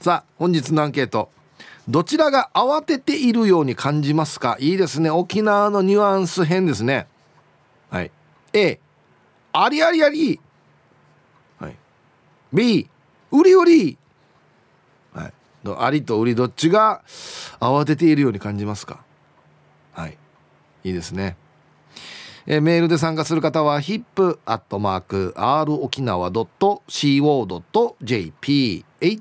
さあ本日のアンケート、どちらが慌てているように感じますか？いいですね、沖縄のニュアンス編ですね。はい。 A ありありあり、はい、B うりうり、はい、ありとうりどっちが慌てているように感じますか？はい、いいですね。メールで参加する方は hip@r 沖縄 .co.jp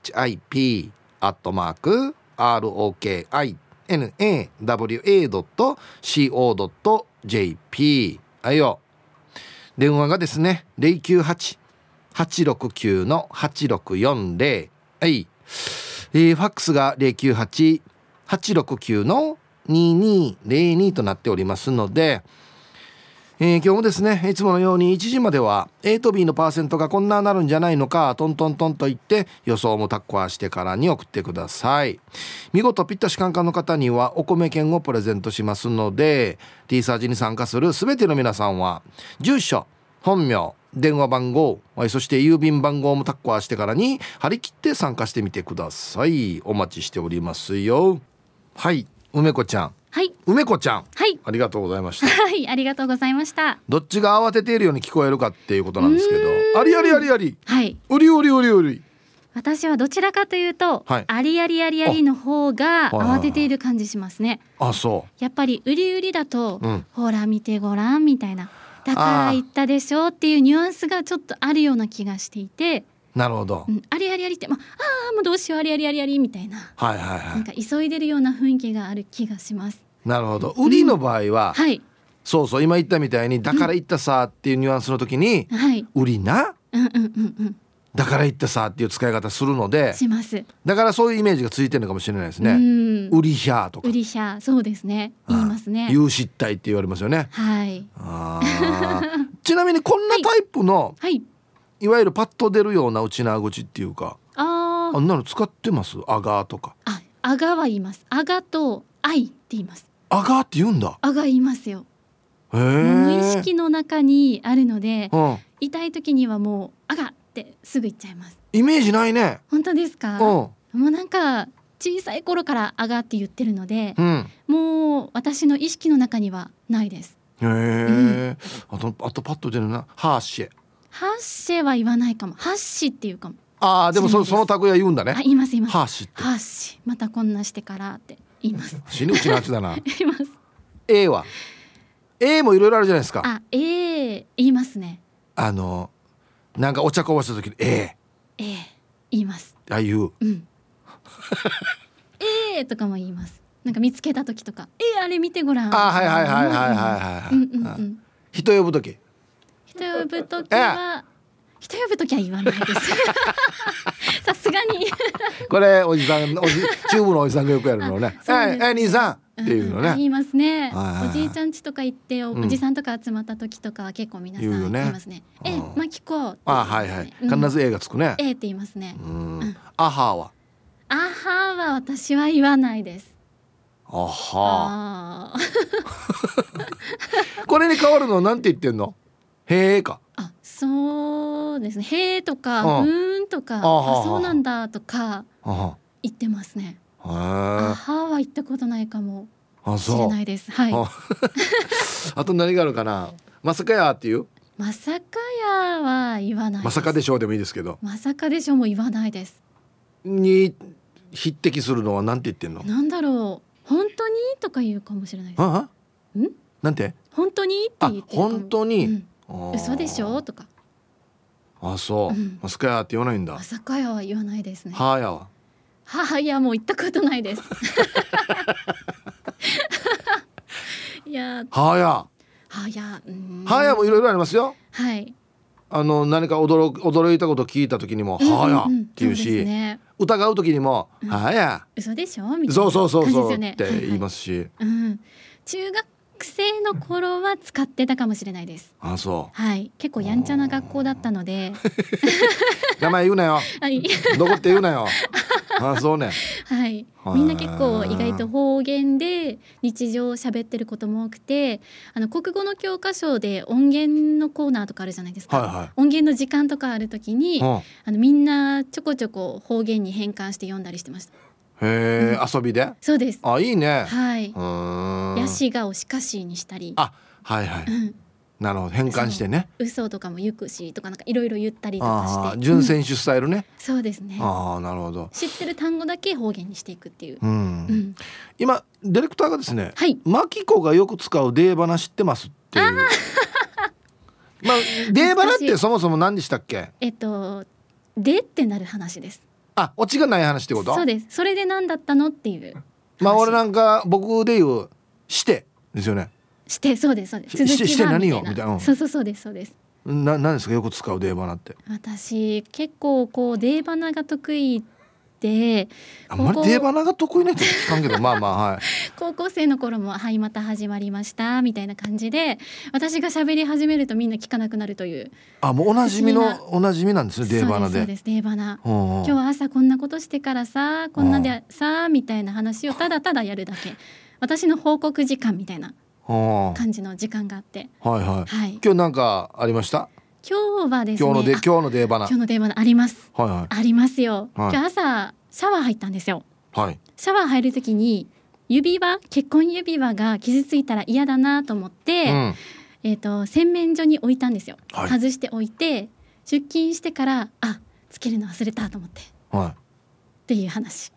hip@ROKINAWA.co.jp はいよ。電話がですね 098-869-8640、 はい、ファックスが 098-869-2202 となっておりますので、今日もですねいつものように1時までは A と B のパーセントがこんななるんじゃないのかトントントンと言って予想もタッコアしてからに送ってください。見事ピッタシカンカンの方にはお米券をプレゼントしますので T サージに参加するすべての皆さんは住所、本名、電話番号、そして郵便番号もタッコアしてからに張り切って参加してみてください。お待ちしておりますよ。はい、梅子ちゃん。 はい、 梅子ちゃん、 はい、 ありがとうございました。 はい、ありがとうございました。 どっちが慌てているように聞こえるかっていうことなんですけど、ありありありあり、 はい、 うりうりうりうり、 私はどちらかというと、 はい、 ありありありありの方が慌てている感じしますね。 あ、そう。 やっぱりうりうりだと、 うん、 ほら見てごらんみたいな、だから言ったでしょっていうニュアンスがちょっとあるような気がしていて、 なるほど、 ありありありって、もうどうしようありありありありみたいな、 はいはいはい、 なんか急いでるような雰囲気がある気がします。 なるほど。売りの場合は、 はい、 そうそう、今言ったみたいにだから言ったさっていうニュアンスの時に、 はい、 売りな、 うんうんうんうん、 だから言ったさっていう使い方するので、 します。 だからそういうイメージがついてるのかもしれないですね。売りひゃーとか、 売りひゃー、そうですね、言いますね。 有失態って言われますよね。 はい。 ちなみにこんなタイプの、 はい、 いわゆるパッと出るような内縄口っていうか、あんなの使ってます？アガーとか。 アガは言います。アガとアイって言います。 アガーって言うんだ。 アガ言いますよ。 へ無意識の中にあるので、 痛い時にはもうアガってすぐ言っちゃいます。 イメージないね。 本当ですか？もうなんか小さい頃からアガって言ってるので、もう私の意識の中にはないです。 へえ、あとパッと出るな。ハッシェ。 ハッシェは言わないかも。ハッシっていうかも。 でもそのタグや言うんだね。 言います言います。 ハッシって。 ハッシ、またこんなしてからって言います。 死ぬうちのやつだな。 言います。 A は A もいろいろあるじゃないですか。 言いますね。 なんかお茶こぼした時に言います。 言う。 とかも言います。なんか見つけた時とか、あれ見てごらん。 はいはいはいはいはい。人呼ぶ時。人呼ぶ時は言わないです。さすがに。 これおじさん、チューブのおじさんがよくやるのね。兄さんっていうのね。 言いますね。おじいちゃん家とか行っておじさんとか集まった時とかは結構皆さん言いますね。マキコ。 はいはい。必ず A がつくね。 って言いますね。 アハは私は言わないです。 あは。これに変わるのなんて言ってんの？へーか。 そうですね。へーとかとか、そうなんだとか言ってますね。は言ったことないかもしれないです。はい。 あと何があるかな。まさかやっていう。 まさかやは言わないです。 まさかでしょうでもいいですけど。 まさかでしょうも言わないです。 に匹敵するのはなんて言ってんの？ なんだろう。本当にとか言うかもしれないです。 なんて？ 本当にって言ってるかも。 本当に。 嘘でしょとか。 そう。まさかやって言わないんだ。 まさかやは言わないですね。 はやは。 いやもう言ったことないです。いや。はやもいろいろありますよ。 はい。 何か驚いたこと聞いた時にもはやって言うし、疑う時にもはや。 嘘でしょみたいな。 そうって言いますし。 中学生の頃は使ってたかもしれないです。 そう。 はい。結構やんちゃな学校だったので。 名前言うなよ。どこって言うなよ。 あ、そうね。 はい、みんな結構意外と方言で日常を喋ってることも多くて、国語の教科書で音源のコーナーとかあるじゃないですか、 はいはい、 音源の時間とかある時に、みんなちょこちょこ方言に変換して読んだりしてました。 へえ、遊びで。 そうです。 あ、いいね。 はい。ヤシがをシカシーにしたり。 あ、はいはい、なるほど、変換してね。 嘘とかもゆくしとかなんかいろいろ言ったりとかして、 準選手スタイルね。 そうですね。 ああ、なるほど。 知ってる単語だけ方言にしていくっていう。 今ディレクターがですね、 はい、 マキコがよく使うデーバナ知ってますっていう。まあデーバナってそもそも何でしたっけ？ でってなる話です。 あ、オチがない話ってこと？ そうです。それで何だったのっていう。 まあ俺なんか僕で言うしてですよね。 して、そうですそうです。続きはして何よみたいな。 そうそうですそうです。 何ですか、よく使うデーバナって。 私結構こうデーバナが得意で、 あんまりデーバナが得意な人聞かんけどまあまあ、はい。 高校生の頃もはいまた始まりましたみたいな感じで、私が喋り始めるとみんな聞かなくなるという。 あ、もうおなじみなんですね、デーバナで。 そうですデーバナ。今日は朝こんなことしてからさ、こんなでさみたいな話をただただやるだけ。私の報告時間みたいな感じの時間があって、 はいはい、はい、今日なんかありました？ 今日はですね、 今日のデーバナあります、 はいはい、 ありますよ、 はい、 今日朝シャワー入ったんですよ、 はい、 シャワー入る時に結婚指輪が傷ついたら嫌だなと思って、洗面所に置いたんですよ、はい、外しておいて出勤してからつけるの忘れたと思って、はい、っていう話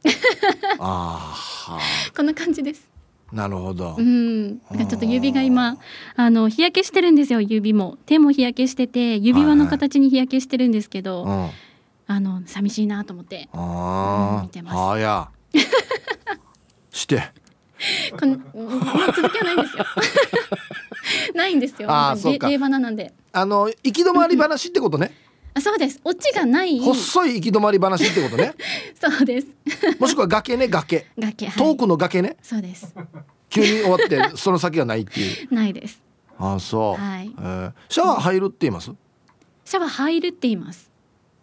こんな感じです。 なるほど。 ちょっと指が今日焼けしてるんですよ。指も手も日焼けしてて、指輪の形に日焼けしてるんですけど、寂しいなと思って見てます。 はやして続きはないんですよないんですよ。デーバナなんで行き止まり話ってことねそうです。オチがない細い行き止まり話ってことねそうですもしくは崖ね、崖、 はい、 遠くの崖ね。 そうです。 急に終わってその先がないっていうないです。 あ、そう、 はい、 シャワー入るって言います？ シャワー入るって言います。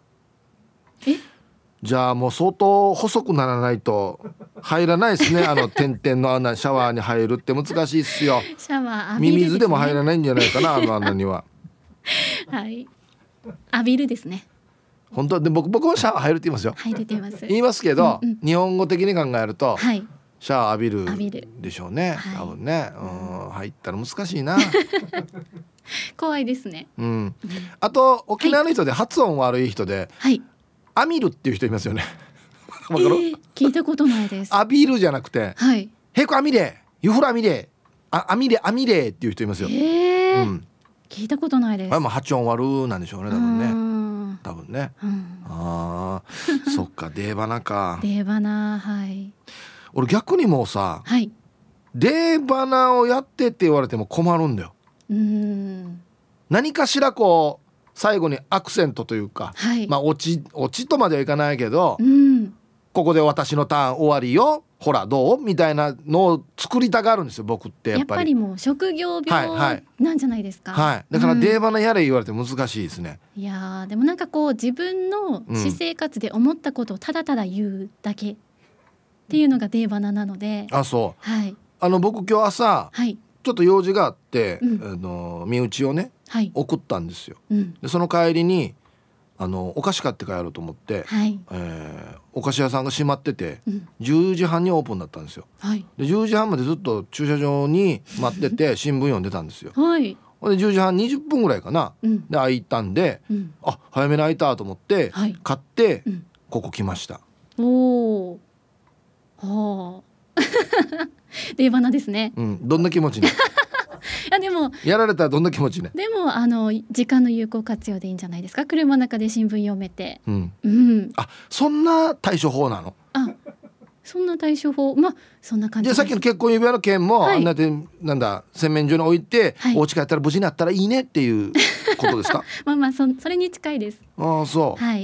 じゃあもう相当細くならないと入らないですね点々の穴、シャワーに入るって難しいっすよ。 シャワー浴びるですね。 ミミズでも入らないんじゃないかな穴にははい、浴びるですね。 本当で僕もシャワー入るって言いますよ。 入るって言いますけど、日本語的に考えると、 はい、 シャワー浴びるでしょうね、 はい、 多分ね、入ったら難しいな怖いですね。 あと沖縄の人で発音悪い人で、 はい、 アミルっていう人いますよねわかる？ 聞いたことないです。 アビルじゃなくて、 はい、 ヘコアミレ、ユフラアミレ、アミレっていう人いますよ。 聞いたことないです。 あれも発音悪なんでしょうね、多分ね。そっか、デーバナか。 デーバナ、はい。 俺逆にもうさ、 はい、 デーバナをやってって言われても困るんだよ。何かしらこう最後にアクセントというか、 はい、 まあオチとまではいかないけど、ここで私のターン終わりよ、ほらどうみたいなのを作りたがるんですよ、僕ってやっぱりもう職業病なんじゃないですか。 はい、だからデーバナやれ言われて難しいですね。 いやでもなんかこう自分の私生活で思ったことをただただ言うだけっていうのがデーバナなので。 あ、そう、 はい、 僕今日朝、 はい、 ちょっと用事があって、身内をね、 はい、 送ったんですよ、でその帰りにお菓子買って帰ろうと思って、 はい、 お菓子屋さんが閉まってて、10時半にオープンだったんですよ、 はい、 で10時半までずっと駐車場に待ってて新聞読んでたんですよ、 はい、 で10時半20分ぐらいかな、で開いたんで、早めに開いたと思って、はい、買って、ここ来ました。 おー、はあデーバナですね。 どんな気持ちねいやでもやられたらどんな気持ちね。 でも時間の有効活用でいいんじゃないですか。車の中で新聞読めて、 あ、そんな対処法なの？ そんな対処法、そんな感じ。 じゃあさっきの結婚指輪の件も、あんなでなんだ洗面所に置いて、お家帰ったら無事になったらいいねっていうことですか？ それに近いです。 あ、そう。 はい。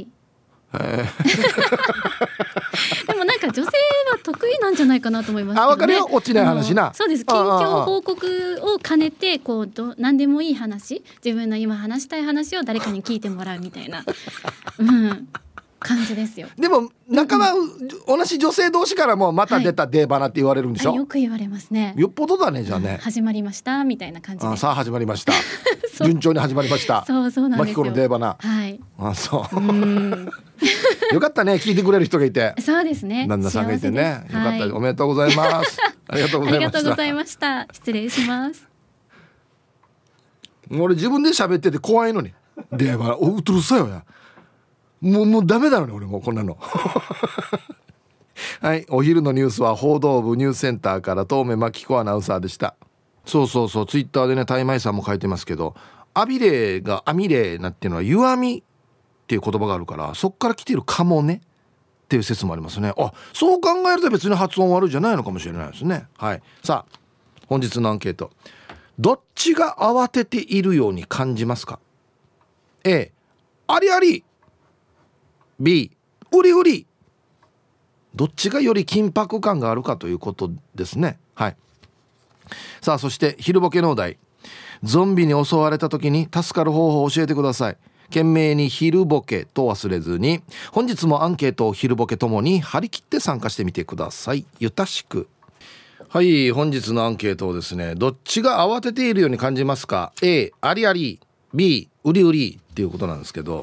でもなんか女性は得意なんじゃないかなと思いますけどね。 わかるよ、落ちない話な。 そうです。近況報告を兼ねて何でもいい話、自分の今話したい話を誰かに聞いてもらうみたいな。 感じですよ。 でも仲間、同じ女性同士からもまた出たデーバナって言われるんでしょ、 よく言われますね。 よっぽどだねじゃあね、 始まりましたみたいな感じで。 さあ始まりました順調に始まりました。 そうなんですよ。 マキコのデーバナ。 はい。 よかったね、聞いてくれる人がいて。 そうですね。 旦那さんがいてね、よかった、おめでとうございます。ありがとうございました。 失礼します。 俺自分で喋ってて怖いのに、デーバナうるさいよや、もうダメだのに俺もうこんなのはい、お昼のニュースは報道部ニュースセンターから東目真紀子アナウンサーでした。そうツイッターでね、タイマイさんも書いてますけど、アビレがアミレなっていうのは湯あみっていう言葉があるから、そっから来てるかもねっていう説もありますね。そう考えると別に発音悪いじゃないのかもしれないですね。はい、さあ本日のアンケート、どっちが慌てているように感じますか？ A ありあり、 B うりうり。どっちがより緊迫感があるかということですね。はい。さあそして昼ボケのお題、ゾンビに襲われた時に助かる方法を教えてください。懸命に昼ボケと忘れずに、本日もアンケートを昼ボケともに張り切って参加してみてください。ゆたしく。はい、本日のアンケートをですね、どっちが慌てているように感じますか？ A ありあり、 B うりうりっていうことなんですけど、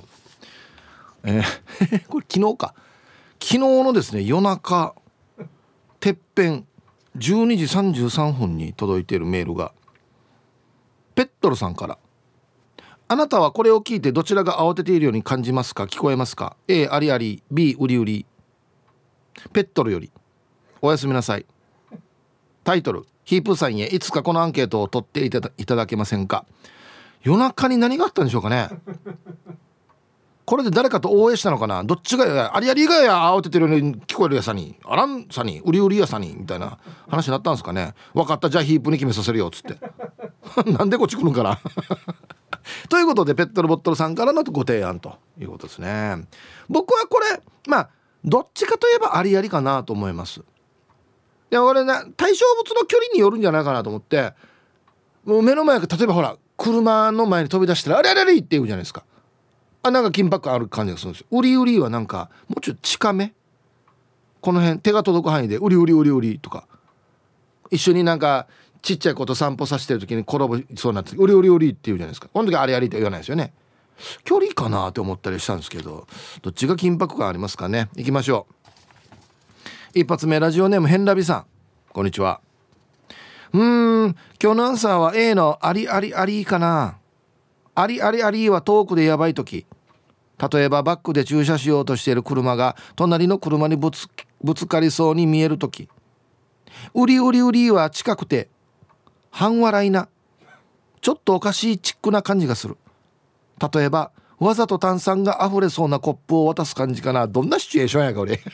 これ昨日のですね、夜中てっぺん12時33分に届いているメールが、ペットルさんから、あなたはこれを聞いてどちらが慌てているように感じますか？聞こえますか？ A ありあり、 B うりうり。ペットルよりおやすみなさい。タイトル、ヒープさんへいつかこのアンケートを取っていただけませんか？夜中に何があったんでしょうかね。これで誰かと応援したのかな。どっちがありありがや慌ててるように聞こえるやさに、あらんさにうりうりやさにみたいな話になったんですかね。分かった、じゃあヒープに決めさせるよっつってなんでこっち来るんかなということでペットルボットルさんからのご提案ということですね。僕はこれどっちかといえばありありかなと思います。でもこれね、対象物の距離によるんじゃないかなと思って、もう目の前が例えばほら車の前に飛び出したらあれあれあれって言うじゃないですか。なんか緊迫感ある感じがするんですよ。うりうりはなんかもうちょっと近め、この辺手が届く範囲でうりうりうりうりとか、一緒になんかちっちゃい子と散歩させてる時に転ぶそうになってうりうりうりって言うじゃないですか。この時あれありって言わないですよね。距離かなって思ったりしたんですけど、どっちが緊迫感ありますかね。行きましょう。一発目、ラジオネームヘンラビさん、こんにちは。今日のアンサーは A のありありありかな。ありありありは遠くでやばい時、例えばバックで駐車しようとしている車が隣の車にぶつかりそうに見えるとき。うりうりうりは近くて半笑いな、ちょっとおかしいチックな感じがする。例えばわざと炭酸が溢れそうなコップを渡す感じかな。どんなシチュエーションやか俺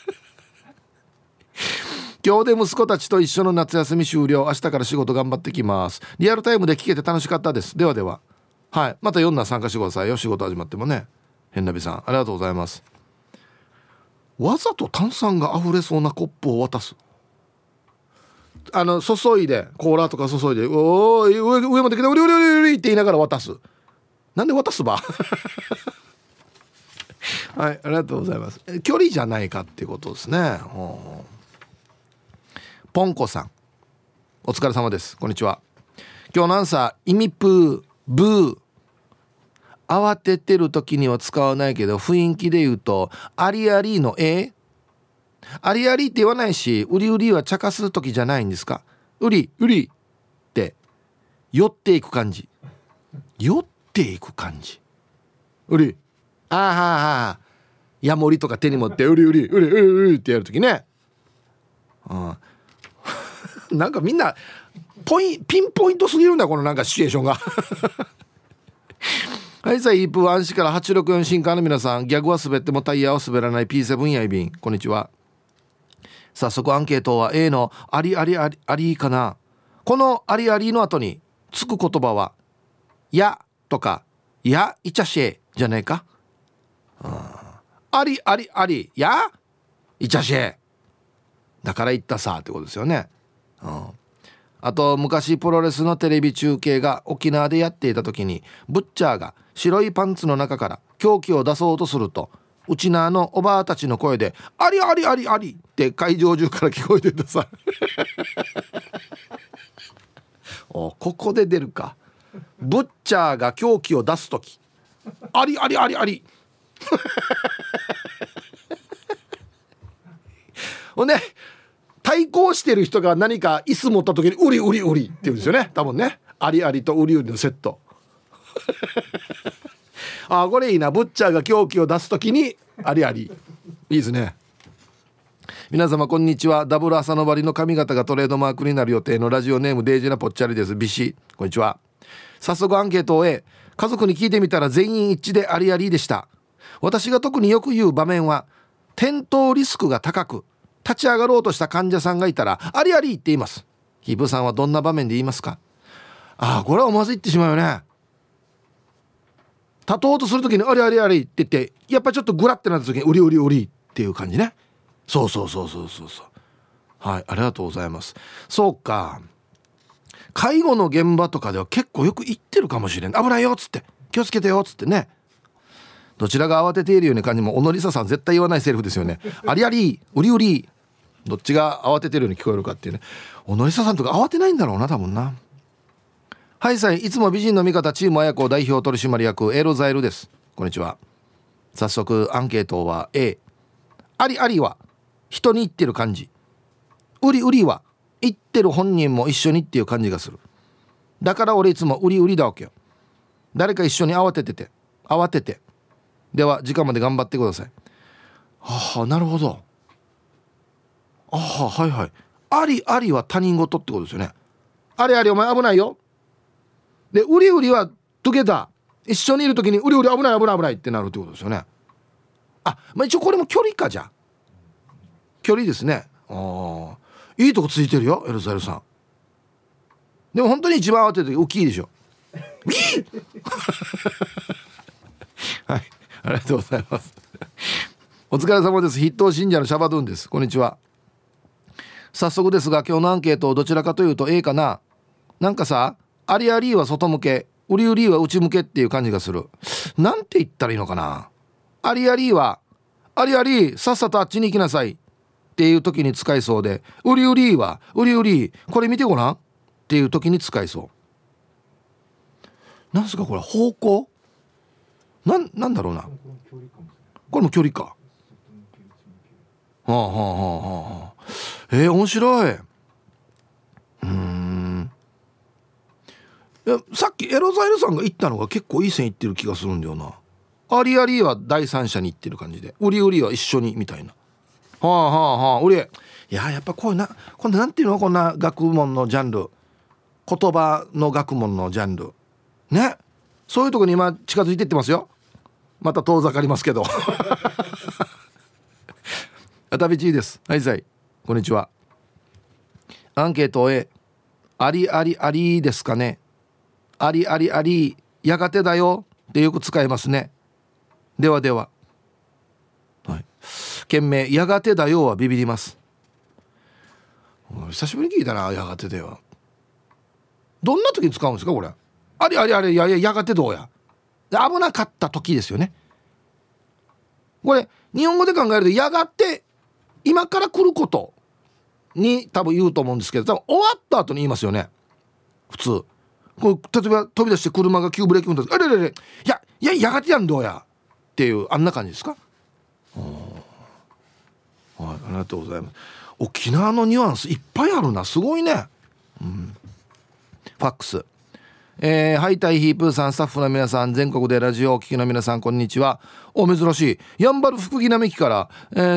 今日で息子たちと一緒の夏休み終了。明日から仕事頑張ってきます。リアルタイムで聞けて楽しかったです。ではでは。はい、また4な参加してくださいよ。仕事始まってもね。変なびさんありがとうございます。わざと炭酸が溢れそうなコップを渡す。注いでコーラとか注いでおーい上まで来てうりうりうりうりって言いながら渡す。なんで渡すばはい、ありがとうございます。距離じゃないかっていうことですね。ポンコさんお疲れ様です。こんにちは。今日のアンサー、イミプーブー。慌ててる時には使わないけど雰囲気で言うとありありのありありって言わないし、うりうりは茶化す時じゃないんですか。うりうりって寄っていく感じ、寄っていく感じ。うりはヤモリとか手に持ってうりうりうりうりうりってやる時ね。なんかみんなピンポイントすぎるんだこのなんかシチュエーションがはい、さあイープワン市から864新刊の皆さん、ギャグは滑ってもタイヤは滑らない P7 やいびん、こんにちは。早速アンケートは A のありありありありかな。このありありの後につく言葉はやとかやいちゃしえじゃないか。ありありありやいちゃしえだから言ったさってことですよね。あと昔プロレスのテレビ中継が沖縄でやっていた時にブッチャーが白いパンツの中から凶器を出そうとするとうちなのおばあたちの声でありありありありって会場中から聞こえてたさお、ここで出るか。ブッチャーが凶器を出すときありありありありほんで対抗してる人が何か椅子持った時にウリウリウリって言うんですよね、多分ね。ありありとウリウリのセットあ、これいいな。ブッチャーが凶器を出す時にありあり、いいですね。皆様こんにちは。ダブル朝のばりの髪型がトレードマークになる予定のラジオネームデイジーなぽっちゃりです。ビシこんにちは。早速アンケートを終え、家族に聞いてみたら全員一致でありありでした。私が特によく言う場面は、転倒リスクが高く立ち上がろうとした患者さんがいたらありありって言います。ヒブさんはどんな場面で言いますか？ああ、これは思わず言ってしまうよね。立とうとするときにありありありって言ってやっぱりちょっとグラってなったときにウリウリウリっていう感じね。そうそうそうそうそうそう。はい、ありがとうございます。そうか、介護の現場とかでは結構よく言ってるかもしれん。危ないよっつって、気をつけてよっつってね。どちらが慌てているような感じも小野梨沙さん絶対言わないセリフですよね。ありありウリウリ、どっちが慌ててるように聞こえるかっていうね。小野梨沙さんとか慌てないんだろうな多分な。はいさい、いつも美人の味方チーム綾子代表取締役エロザイルです。こんにちは。早速アンケートは A。 ありありは人に言ってる感じ、ウリウリは言ってる本人も一緒にっていう感じがする。だから俺いつもウリウリだわけよ。誰か一緒に慌ててでは時間まで頑張ってください。はあ、なるほど。あは、はいはい。ありありは他人事ってことですよね。ありありお前危ないよで、ウリウリはトゥゲダー、一緒にいるときにウリウリ危ない危ない危ないってなるってことですよね。あ、まあ、一応これも距離か。じゃあ距離ですね。あ、いいとこついてるよエルザエルさん。でも本当に一番慌てる時大きいでしょはい、ありがとうございますお疲れ様です。筆頭信者のシャバドゥンです。こんにちは。早速ですが今日のアンケートどちらかというと A かな。なんかさ、ありありは外向け、ウリウリは内向けっていう感じがする。なんて言ったらいいのかな。ありありはありありさっさとあっちに行きなさいっていう時に使いそうで、ウリウリはウリウリこれ見てごらんっていう時に使いそう。なんすかこれ、方向なんだろうな。これも距離か。はあはあはあはあ。面白い。いや、さっきエロザイルさんが言ったのが結構いい線いってる気がするんだよな。ありありは第三者に言ってる感じで、ウリウリは一緒にみたいな。はあはあはあ。ウリ、いや、やっぱこういう今度なんていうの、こんな学問のジャンル、言葉の学問のジャンルね、そういうところに今近づいていってますよ。また遠ざかりますけどあたびちです。はいさい、こんにちは。アンケート A。 ありありありですかね。ありありありやがてだよってよく使いますね。ではでは。はい、件名やがてだよはビビります。久しぶりに聞いたな、やがてだよ。どんな時に使うんですかこれ。ありありあり、やがてどうや、危なかった時ですよね。これ日本語で考えるとやがて今から来ることに多分言うと思うんですけど、多分終わった後に言いますよね普通。こう例えば飛び出して車が急ブレーキ踏んだ時、あれれれ、やがてやんどうやっていう、あんな感じですか。はい、ありがとうございます。沖縄のニュアンスいっぱいあるな、すごいね。ファックス、ハイタイヒープーさん、スタッフの皆さん、全国でラジオをお聞きの皆さん、こんにちは。珍しいやんばる福木並木から、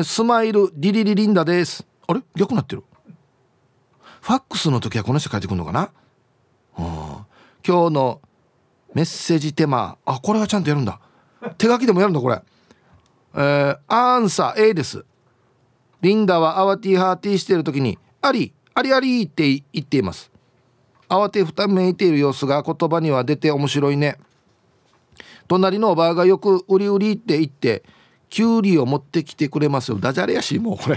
スマイルリリリリンダです。あれ逆なってる。ファックスの時はこの人書いてくるのかな。今日のメッセージテーマ、これはちゃんとやるんだ。手書きでもやるんだこれ。アンサー A です。リンダはアワティハーティーしている時にありありありって言っています。慌てふためいている様子が言葉には出て面白いね。隣のおばあがよくウリウリって言ってキュウリを持ってきてくれますよ。ダジャレやしもうこれ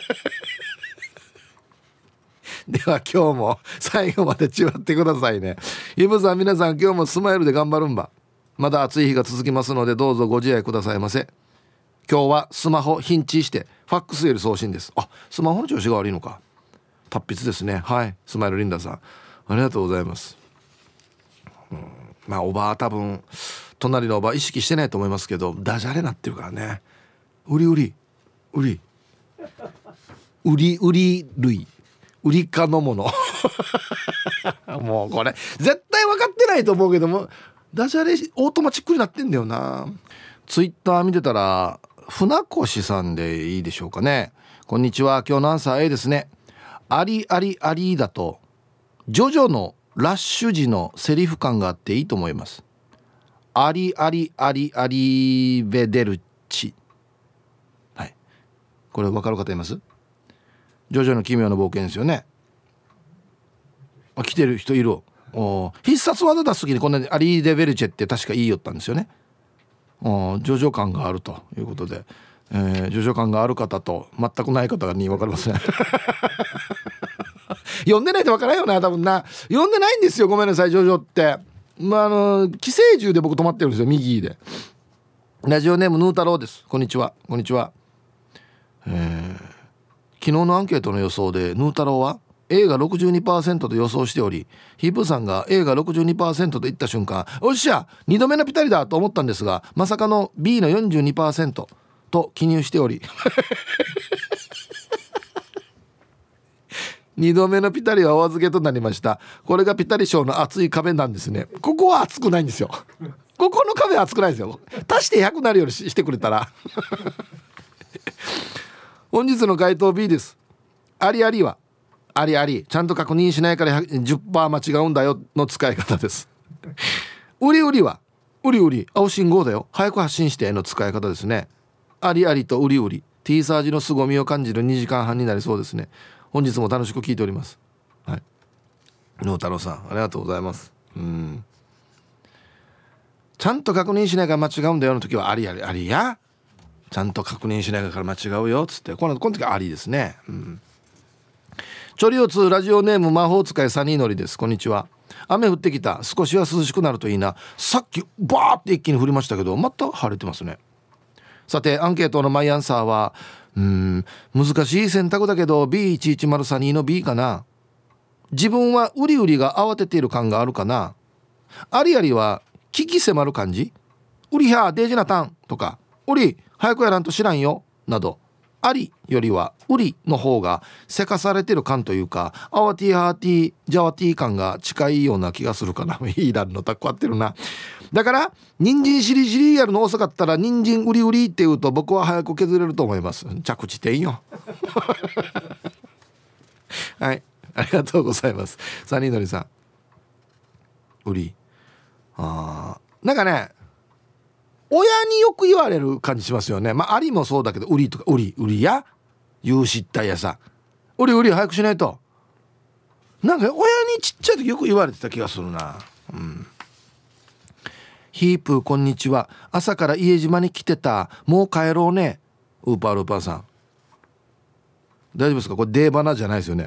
では今日も最後までちわってくださいね。イブさん、皆さん今日もスマイルで頑張るんば。まだ暑い日が続きますのでどうぞご自愛くださいませ。 今日はスマホヒンチしてファックスより送信です。あ、スマホの調子が悪いのか。達筆ですね。はい、スマイルリンダさんありがとうございます。まあおばあ多分隣のおばあ意識してないと思いますけど、ダジャレなってるからね。売り類売りかのものもうこれ絶対分かってないと思うけども、ダジャレオートマチックになってんだよな。ツイッター見てたら船越さんでいいでしょうかね。こんにちは、今日のアンサー A ですね。ありありありだとジョジョのラッシュ時のセリフ感があっていいと思います。ありありありありベデルチ。はい、これ分かる方います？ジョジョの奇妙な冒険ですよね。あ、来てる人いる。必殺技出す時にこんなにアリー・デ・ベルチェって確か言いよったんですよね。ジョジョ感があるということで、ジョジョ感がある方と全くない方に分かりますね読んでないと分からんよな、多分な。読んでないんですよ、ごめんなさい。ジョジョって、寄生獣で僕止まってるんですよ、右で。ラジオネームヌー太郎です。こんにちは。こんにちは。昨日のアンケートの予想でヌー太郎は A が 62% と予想しており、ヒープーさんが A が 62% と言った瞬間、おっしゃ2度目のピタリだと思ったんですが、まさかの B の 42% と記入しており2度目のピタリはお預けとなりました。これがピタリ賞の厚い壁なんですね。ここは厚くないんですよ。ここの壁は厚くないですよ。足して100なるようにしてくれたら本日の回答 B です。ありありはありありちゃんと確認しないから 10% 間違うんだよの使い方です。うりうりはうりうり青信号だよ早く発信しての使い方ですね。ありありとうりうり T サージの凄みを感じる2時間半になりそうですね。本日も楽しく聞いております。はい、野太郎さんありがとうございます。ちゃんと確認しないから間違うんだよの時はありありありや、ちゃんと確認しないから間違うよっつってこの時はありですね。チョリオツラジオネーム魔法使いサニーノリです。こんにちは。雨降ってきた。少しは涼しくなるといいな。さっきバーって一気に降りましたけどまた晴れてますね。さてアンケートのマイアンサーは難しい選択だけど B110 サニーの B かな。自分はウリウリが慌てている感があるかな。ありありは危機迫る感じ。ウリハーデージナタンとかウリ早くやらんと知らんよなど、ありよりはウリの方がせかされてる感というか、アワティハーティジャワティ感が近いような気がするかな。いいだのタッコ合ってるな。だから人参シリシリやるの遅かったら人参ウリウリって言うと僕は早く削れると思います。着地点よはい、ありがとうございます。サニーノリさんウリ、なんかね親によく言われる感じしますよね。ありもそうだけどウリとかウリや言う知ったやさ、ウリ早くしないと、なんか親にちっちゃい時よく言われてた気がするな。ヒープーこんにちは。朝から家島に来てた。もう帰ろうね。ウーパーさん大丈夫ですか？これデーバナじゃないですよね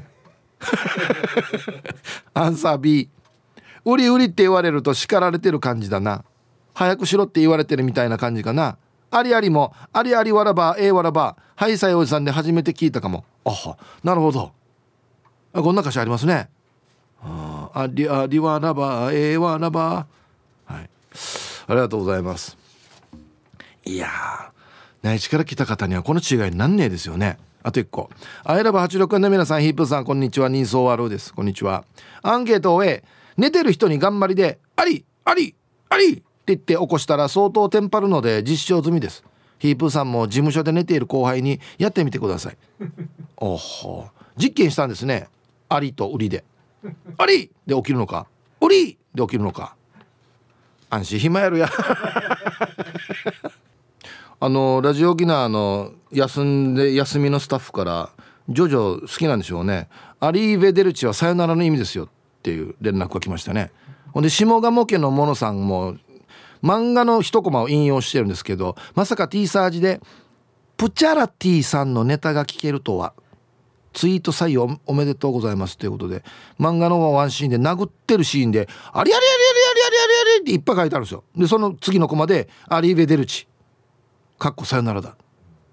アンサー B。 ウリって言われると叱られてる感じだな。早くしろって言われてるみたいな感じかな。ありありもありありわらばわらばはいさいおじさんで初めて聞いたかも。なるほど。こんな歌詞ありますね。ありありわらばわらば。はい、ありがとうございます。いやー、内地から来た方にはこの違いなんねえですよね。あと1個、アイラブ86の皆さん、ヒープさんこんにちは。人相ワローです。こんにちは。アンケートを終え、寝てる人に頑張りでありって言って起こしたら相当テンパるので実証済みです。ヒープーさんも事務所で寝ている後輩にやってみてください実験したんですね。ありとウリでありで起きるのかウリで起きるのか。安心暇やるやラジオ沖縄の休みのスタッフからジョジョ好きなんでしょうね。アリーベデルチはさよならの意味ですよっていう連絡が来ましたね。ほんで下鴨家のモノさんも漫画の一コマを引用してるんですけど、まさか T サージでプチャラティさんのネタが聞けるとは。ツイート採用おめでとうございますということで、漫画のワンシーンで殴ってるシーンでありっていっぱい書いてあるんですよ。でその次のコマでアリーベデルチかっこさよならだ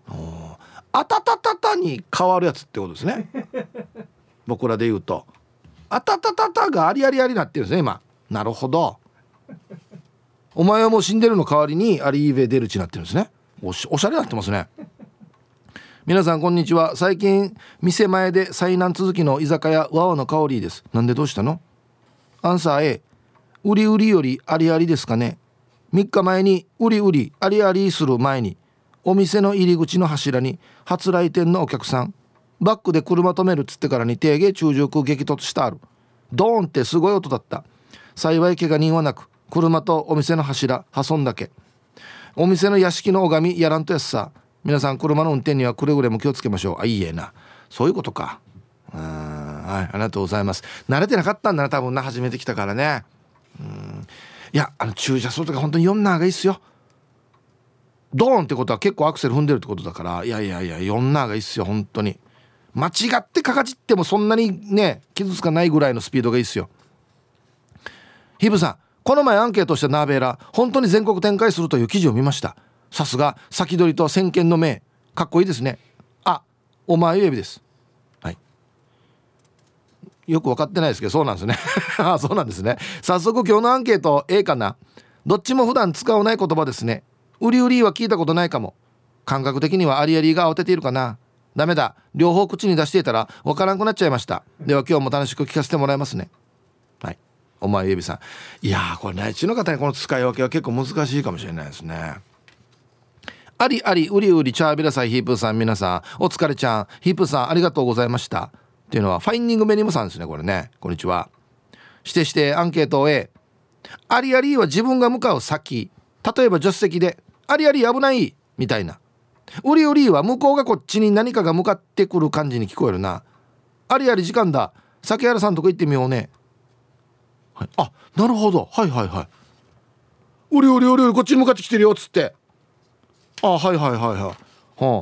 あたたたたに変わるやつってことですね僕らで言うとあたたたたがありありありなってるんですね今。なるほど。お前はもう死んでるの代わりにアリーベデルチになってるんですね。おしゃれになってますね。皆さんこんにちは。最近店前で災難続きの居酒屋ワオの香りです。なんでどうしたの？アンサー A、 売り売りよりありありですかね。3日前に売り売りありありする前にお店の入り口の柱に初来店のお客さんバックで車止めるっつってからに定芸中軸激突したある。ドーンってすごい音だった。幸い怪我人はなく車とお店の柱破損だけ。お店の屋敷の拝みやらんとやつさ。皆さん車の運転にはくれぐれも気をつけましょう。あ、いいえな。そういうことか。はい、ありがとうございます。慣れてなかったんだな多分な、初めて来たからね。いや駐車するとか本当に4ナーがいいっすよ。ドーンってことは結構アクセル踏んでるってことだから、いや4ナーがいいっすよ本当に。間違ってかかちってもそんなにね傷つかないぐらいのスピードがいいっすよ。ヒブさん、この前アンケートしたナーベーラ本当に全国展開するという記事を見ました。さすが先取りと先見の明、かっこいいですね。あ、お前指です。はい、よく分かってないですけどそうなんですねあ、そうなんですね。早速今日のアンケート A かな。どっちも普段使わない言葉ですね。売り売りは聞いたことないかも。感覚的にはありありが慌てているかな。ダメだ、両方口に出していたら分からんくなっちゃいました。では今日も楽しく聞かせてもらいますね。はい、お前指さん。いやーこれ内地の方にこの使い分けは結構難しいかもしれないですね。ありありうりうりチャービラサイヒープーさん、皆さんお疲れちゃん。ヒープーさんありがとうございましたっていうのはファインディングメニムさんですねこれね。こんにちは。してアンケートを A、 ありありは自分が向かう先、例えば助手席でありあり危ないみたいな。うりうりは向こうがこっちに何かが向かってくる感じに聞こえるな。ありあり時間だ、酒原さんとこ行ってみようね。はい、あ、なるほど、はいはいはい。うりうりうりうりこっちに向かってきてるよっつって、あ、はいはいはいはい。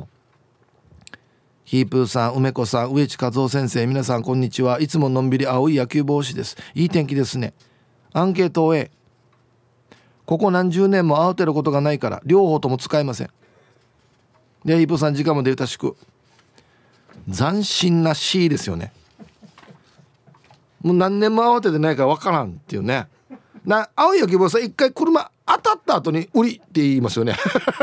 ヒープーさん、梅子さん、植地和夫先生、皆さんこんにちは。いつものんびり青い野球帽子です。いい天気ですね。アンケートを A、 ここ何十年も慌てることがないから両方とも使えません。でヒープーさん、時間までゆたしく。斬新な C ですよね。もう何年も慌ててないから分からんっていうね。青い野球帽さん、一回車当たった後に売りって言いますよね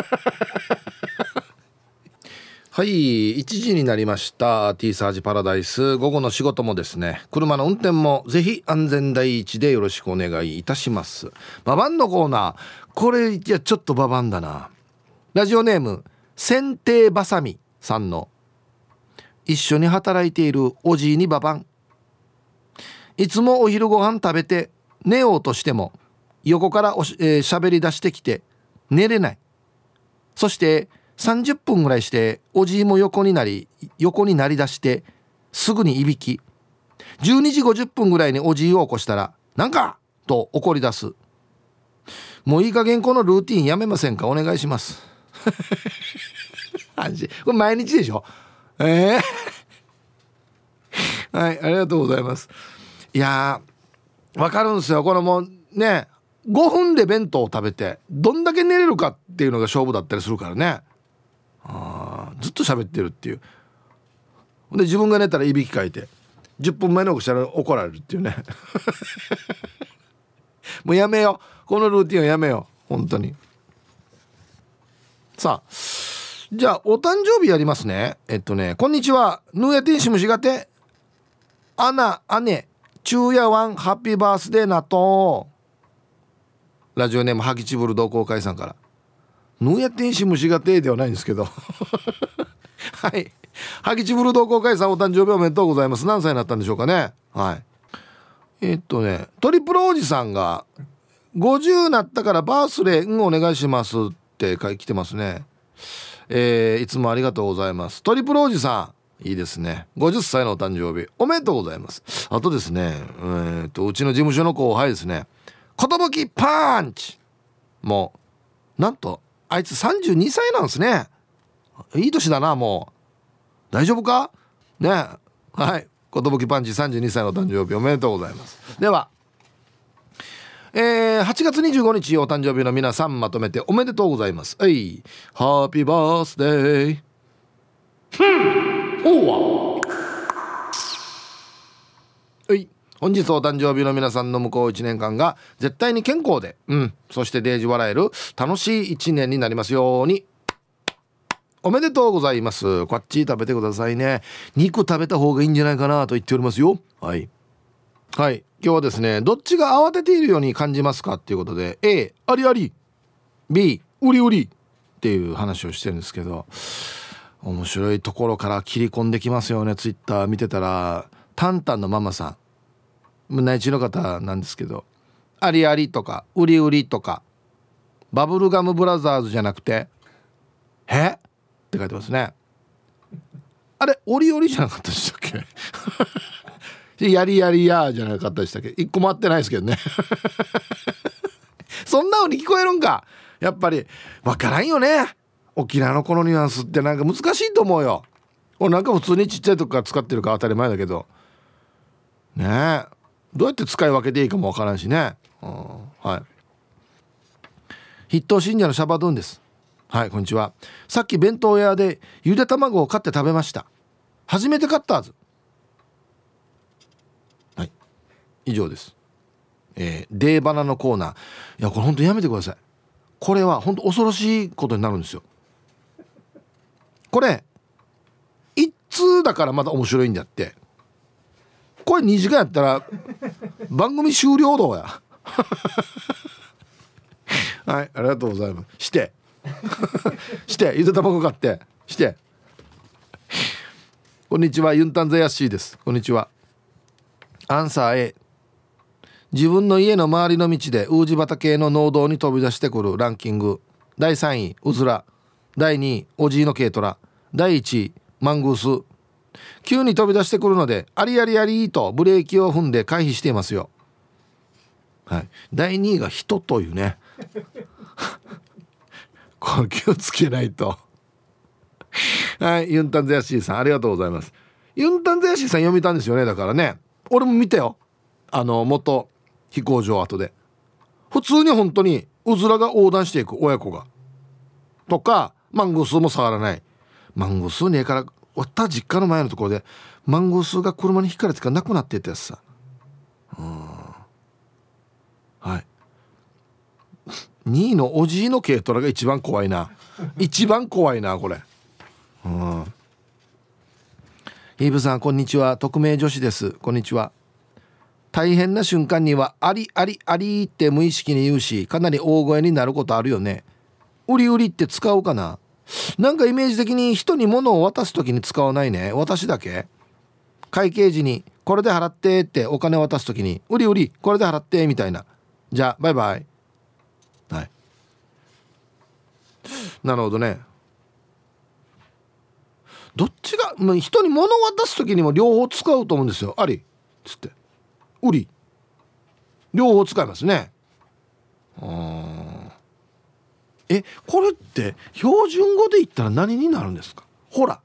はい、1時になりました。 T サージパラダイス、午後の仕事もですね、車の運転もぜひ安全第一でよろしくお願いいたします。ババンのコーナー、これいやちょっとババンだな。ラジオネーム剪定バサミさんの、一緒に働いているおじいにババン。いつもお昼ご飯食べて寝ようとしても横から喋り出してきて寝れない。そして30分ぐらいしておじいも横になり出してすぐにいびき。12時50分ぐらいにおじいを起こしたらなんかと怒り出す。もういい加減このルーティンやめませんか、お願いしますこれ毎日でしょ。はい、ありがとうございます。いやーわかるんですよ。このもうね5分で弁当を食べてどんだけ寝れるかっていうのが勝負だったりするからね。ずっと喋ってるっていう。で自分が寝たらいびきかいて10分前の起こしたら怒られるっていうねもうやめよう、このルーティンをやめよう本当に。さあじゃあお誕生日やりますね。こんにちは、ヌーヤティンシムシガテアナ姉昼夜ワンハッピーバースデーなと。ラジオネームハキチブル同好会さんから。ヌーヤティンシムシガテではないんですけどはい、ハキチブル同好会さん、お誕生日おめでとうございます。何歳になったんでしょうかね。はい、トリプルおじさんが50なったからバースデーお願いしますって来てますね。いつもありがとうございます。トリプルおじさん、いいですね。50歳のお誕生日おめでとうございます。あとですね、うちの事務所の後輩ですね、ことぶきパンチ、もうなんとあいつ32歳なんですね。いい年だな。もう大丈夫かね。はい、ことぶきパンチ32歳のお誕生日おめでとうございます。では8月25日お誕生日の皆さん、まとめておめでとうございます。はい、ハッピーバースデーおわ。はい、本日お誕生日の皆さんの向こう1年間が絶対に健康で、そしてデージ笑える楽しい1年になりますように。おめでとうございます。こっち食べてくださいね。肉食べた方がいいんじゃないかなと言っておりますよ。はいはい、今日はですね、どっちが慌てているように感じますかっていうことで、 A ありあり B うりうりっていう話をしてるんですけど、面白いところから切り込んできますよね。ツイッター見てたら、タンタンのママさん、内地の方なんですけど、ありありとかうりうりとかバブルガムブラザーズじゃなくてって書いてますね。あれオリオリじゃなかったでしたっけやりやりやじゃなかったでしたっけ。一個も合ってないですけどねそんな風に聞こえるんか。やっぱり分からんよね。沖縄のこのニュアンスってなんか難しいと思うよ。俺なんか普通にちっちゃい時から使ってるから当たり前だけどねえ、どうやって使い分けていいかも分からんしね。はい、筆頭信者のシャバドゥンです。はい、こんにちは。さっき弁当屋でゆで卵を買って食べました。初めて買ったはず。はい、以上です。デーバナのコーナー、いやこれ本当やめてください。これは本当恐ろしいことになるんですよ。これ一通だからまだ面白いんだって、これ2時間やったら番組終了だやはい、ありがとうございます。してしてゆで卵買ってして。こんにちは、ユンタンザヤッシーです。こんにちは。アンサー A、 自分の家の周りの道でウージバタ系の農道に飛び出してくるランキング。第3位ウズラ、第2位オジーの軽トラ、第1位マングース。急に飛び出してくるのでありありありとブレーキを踏んで回避していますよ。はい、第2位が人というねこれ気をつけないとはい、ユンタンゼヤシーさんありがとうございます。ユンタンゼヤシーさん読みたんですよね。だからね、俺も見たよ、元飛行場跡で普通に本当にうずらが横断していく親子がとか、マングースも触らない。マングースねえから、わった実家の前のところでマングースが車にひかれてからなくなってったやつさ。はい2位のおじいの軽トラが一番怖いな一番怖いなこれ。イーブさんこんにちは、匿名女子です。こんにちは。大変な瞬間にはありありありって無意識に言うし、かなり大声になることあるよね。うりうりって使うかな。なんかイメージ的に人に物を渡す時に使わないね。私だけ。会計時にこれで払ってってお金渡す時にうりうりこれで払ってみたいな。じゃあバイバイ。はい、なるほどね。どっちが、人に物を渡す時にも両方使うと思うんですよ。ありっつってうり両方使いますね。これって標準語で言ったら何になるんですか。ほら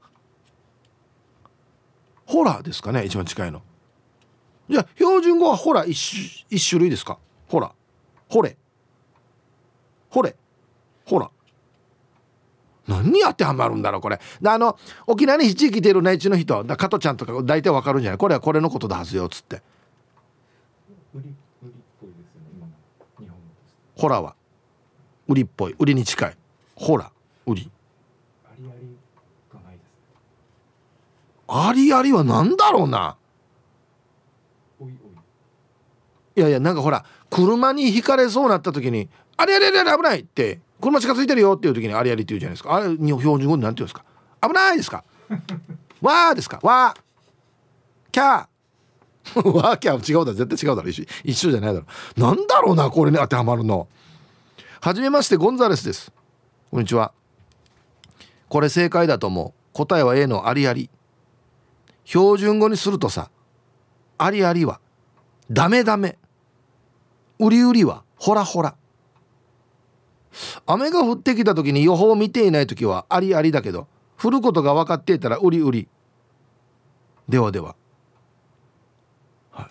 ほらですかね、一番近いの。じゃあ標準語はほら一種類ですか。ほらほれほれほら、何に当てはまるんだろうこれ。沖縄に地域いてる内地の人加トちゃんとか大体わかるんじゃない。これはこれのことだはずよっつって。 売りっぽいですよね、今の日本語として。 ほらは売りっぽい、売りに近い。ほら売り、 ありありがないですね。 ありありはなんだろうな。 おいおい、 いやいや、なんかほら車にひかれそうなった時にあれあれあれ危ないって車近づいてるよっていう時にありありって言うじゃないですか。あれ標準語でなんて言うんですか。危ないですかわーですか。わーキャーわーキャー違うだろ、絶対違うだろ、一緒じゃないだろ。なんだろうなこれに当てはまるの。はじめましてゴンザレスです。こんにちは。これ正解だと思う。答えは A のありあり。標準語にするとさ、ありありはダメダメ、うりうりはほらほら。雨が降ってきた時に予報を見ていない時はありありだけど、降ることが分かっていたらうりうり。ではでは、はい、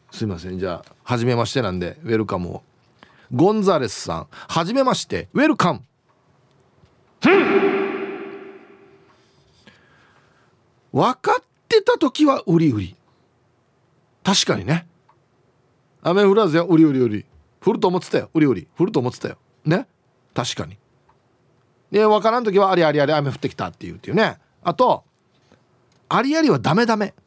すいません。じゃあ初めましてなんでウェルカムを。ゴンザレスさん初めましてウェルカム。 分かってた時はウリウリ。確かにね、雨降らずよウリウリウリ、降ると思ってたよ、ウリウリ降ると思ってたよね。確かに。で分からん時はありありあり雨降ってきたっていうね。あとありありはダメダメ、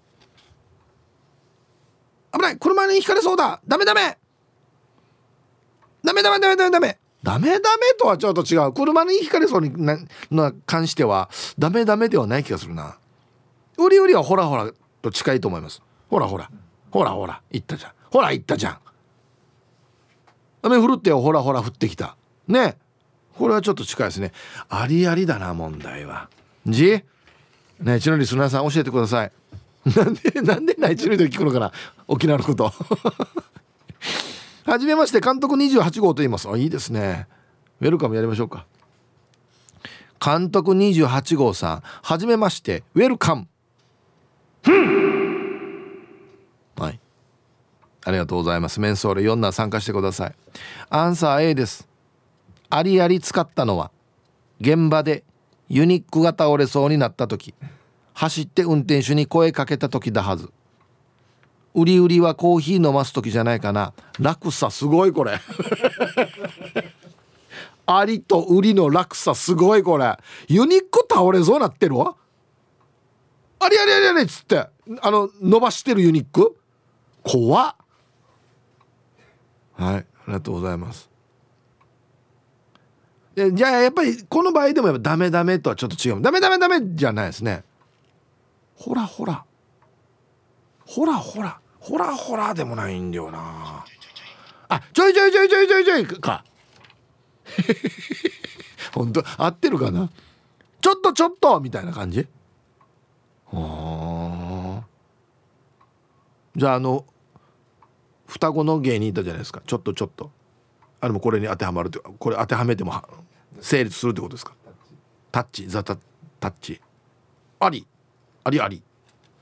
危ない、車にひかれそうだ、ダメダメダメダメダメダメダメダメダメとはちょっと違う。車にひかれそうにな関してはダメダメではない気がするな。ウリウリはほらほらと近いと思います。ほらほらほらほら言ったじゃん、ほら言ったじゃん、雨降るってよ、ほらほら降ってきたね。これはちょっと近いですね。ありありだな問題は。じね、ちのリスナーさん教えてください。なんで内地の人に聞くのかな、沖縄のことはじめまして、監督28号と言います。あ、いいですね。ウェルカムやりましょうか。監督28号さん、はじめまして、ウェルカム。はい、ありがとうございます。メンソーレ4な参加してください。アンサー A です。ありあり使ったのは現場でユニックが倒れそうになった時、走って運転手に声かけた時だはず。ウリウリはコーヒー飲ます時じゃないかな。落差すごいこれありとウリの落差すごいこれ。ユニック倒れそうなってるわ、ありありありありっつって伸ばしてるユニック怖っ。はい、ありがとうございます。じゃあやっぱりこの場合でもやっぱダメダメとはちょっと違う。ダメダメダメじゃないですね。ほらほらほらほらほらほらでもないんだよなあ。ちょいちょいちょいちょいちょいちょいか本当合ってるかな。ちょっとちょっとみたいな感じ。はあ。じゃあ双子の芸人いたじゃないですか。ちょっとちょっとあれもこれに当てはまるって、これ当てはめても成立するってことですか。タッチザタッチありありあり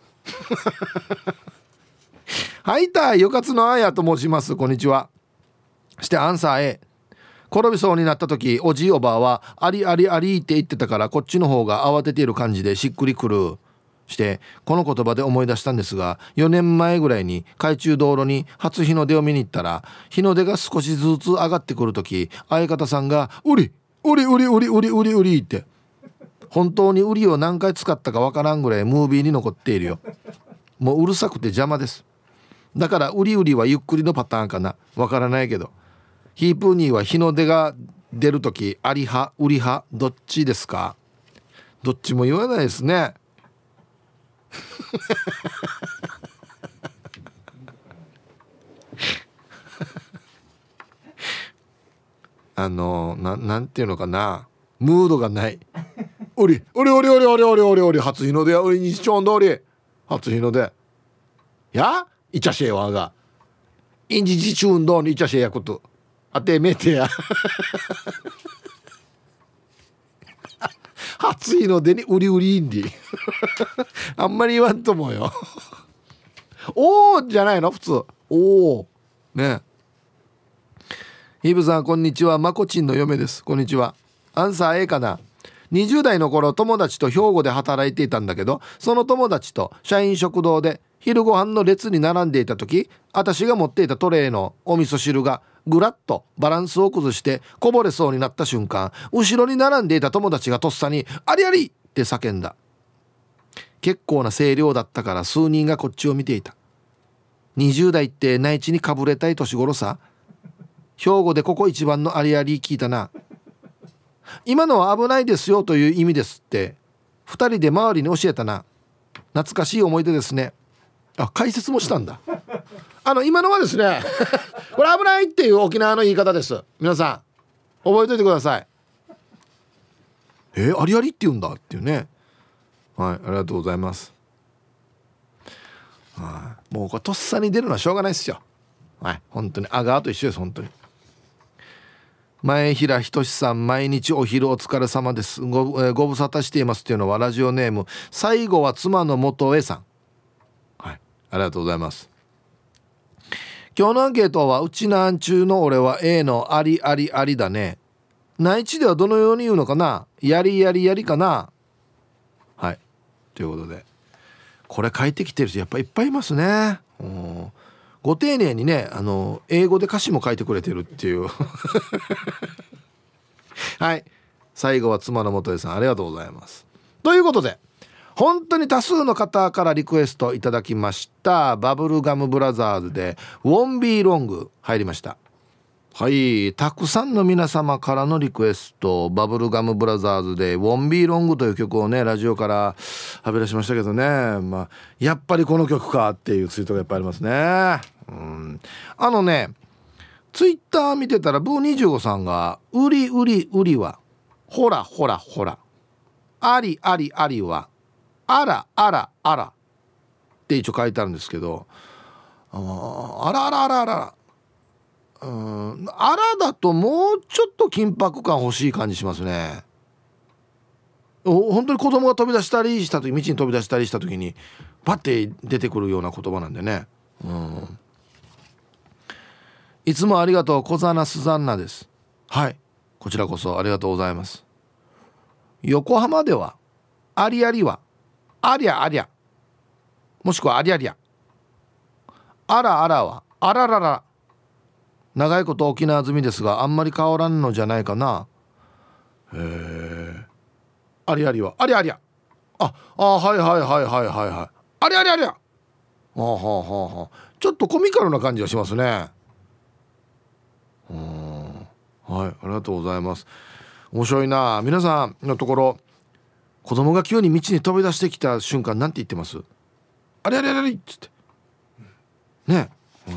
はいたいよかつのあやと申します。こんにちは。してアンサー A。 転びそうになった時、おじいおばあはありありありって言ってたから、こっちの方が慌てている感じでしっくりくる。してこの言葉で思い出したんですが、4年前ぐらいに海中道路に初日の出を見に行ったら、日の出が少しずつ上がってくる時、相方さんがウリウリウリウリウリウリウリって本当にウリを何回使ったかわからんぐらいムービーに残っているよ。もううるさくて邪魔です。だからウリウリはゆっくりのパターンかな、わからないけど。ヒープーニーは日の出が出るときあり派ウリ派どっちですか。どっちも言わないですねなんていうのかな、ムードがない。おりおりおりおりおりおりおりおり初日の出おりにしちょんどおり初日の出やいちゃしえわがインジジチューンドにいちゃしえやことあてめてや初日の出にウリウリインディあんまり言わんと思うよおーじゃないの普通。おーね。ヒブさんこんにちは、まこちんの嫁です。こんにちは。アンサー A かな。20代の頃友達と兵庫で働いていたんだけど、その友達と社員食堂で昼ご飯の列に並んでいた時、私が持っていたトレーのお味噌汁がぐらっとバランスを崩してこぼれそうになった瞬間、後ろに並んでいた友達がとっさにありありって叫んだ。結構な声量だったから数人がこっちを見ていた。20代って内地にかぶれたい年頃さ。兵庫でここ一番のありあり聞いたな。今のは危ないですよという意味ですって2人で周りに教えたな。懐かしい思い出ですね。あ、解説もしたんだ今のはですねこれ危ないっていう沖縄の言い方です。皆さん覚えておいてください。ありありって言うんだっていうね。はい、ありがとうございます。もうこれとっさに出るのはしょうがないですよ。はい、本当にアガーと一緒です。本当に。前平仁さん、毎日お昼お疲れ様です。ご無沙汰していますっていうのはラジオネーム最後は妻の元へさん。はい、ありがとうございます。今日のアンケートはうちなんちゅうの俺は A のありありありだね。内地ではどのように言うのかな。やりやりやりかな。はい、ということでこれ書いてきてる人やっぱいっぱいいますね。ご丁寧にね、英語で歌詞も書いてくれてるっていうはい、最後は妻の元江さん、ありがとうございます。ということで本当に多数の方からリクエストいただきましたバブルガムブラザーズでウォンビーロング入りました。はい、たくさんの皆様からのリクエスト、バブルガムブラザーズでウォンビーロングという曲をね、ラジオからはべらしましたけどね、やっぱりこの曲かっていうツイートがいっぱいありますね。ツイッター見てたらブー25さんがウリウリウリはほらほらほら、ありありありはあらあらあらって一応書いてあるんですけど、あらあらあらあら、あらだともうちょっと緊迫感欲しい感じしますね。本当に子供が飛び出したりした時、道に飛び出したりした時にパッて出てくるような言葉なんでね。いつもありがとう、小ザナスザンナです。はい、こちらこそありがとうございます。横浜ではありありはありゃありゃ、もしくはありありゃ、あらあらはあららら、長いこと沖縄済みですがあんまり変わらんのじゃないかな。ありありはありありゃ、はいはいはいはいはいはい、ありありありゃ、ちょっとコミカルな感じがしますね。はい、ありがとうございます。面白いな。皆さんのところ子供が急に道に飛び出してきた瞬間なんて言ってます？あれあれあれっつってね。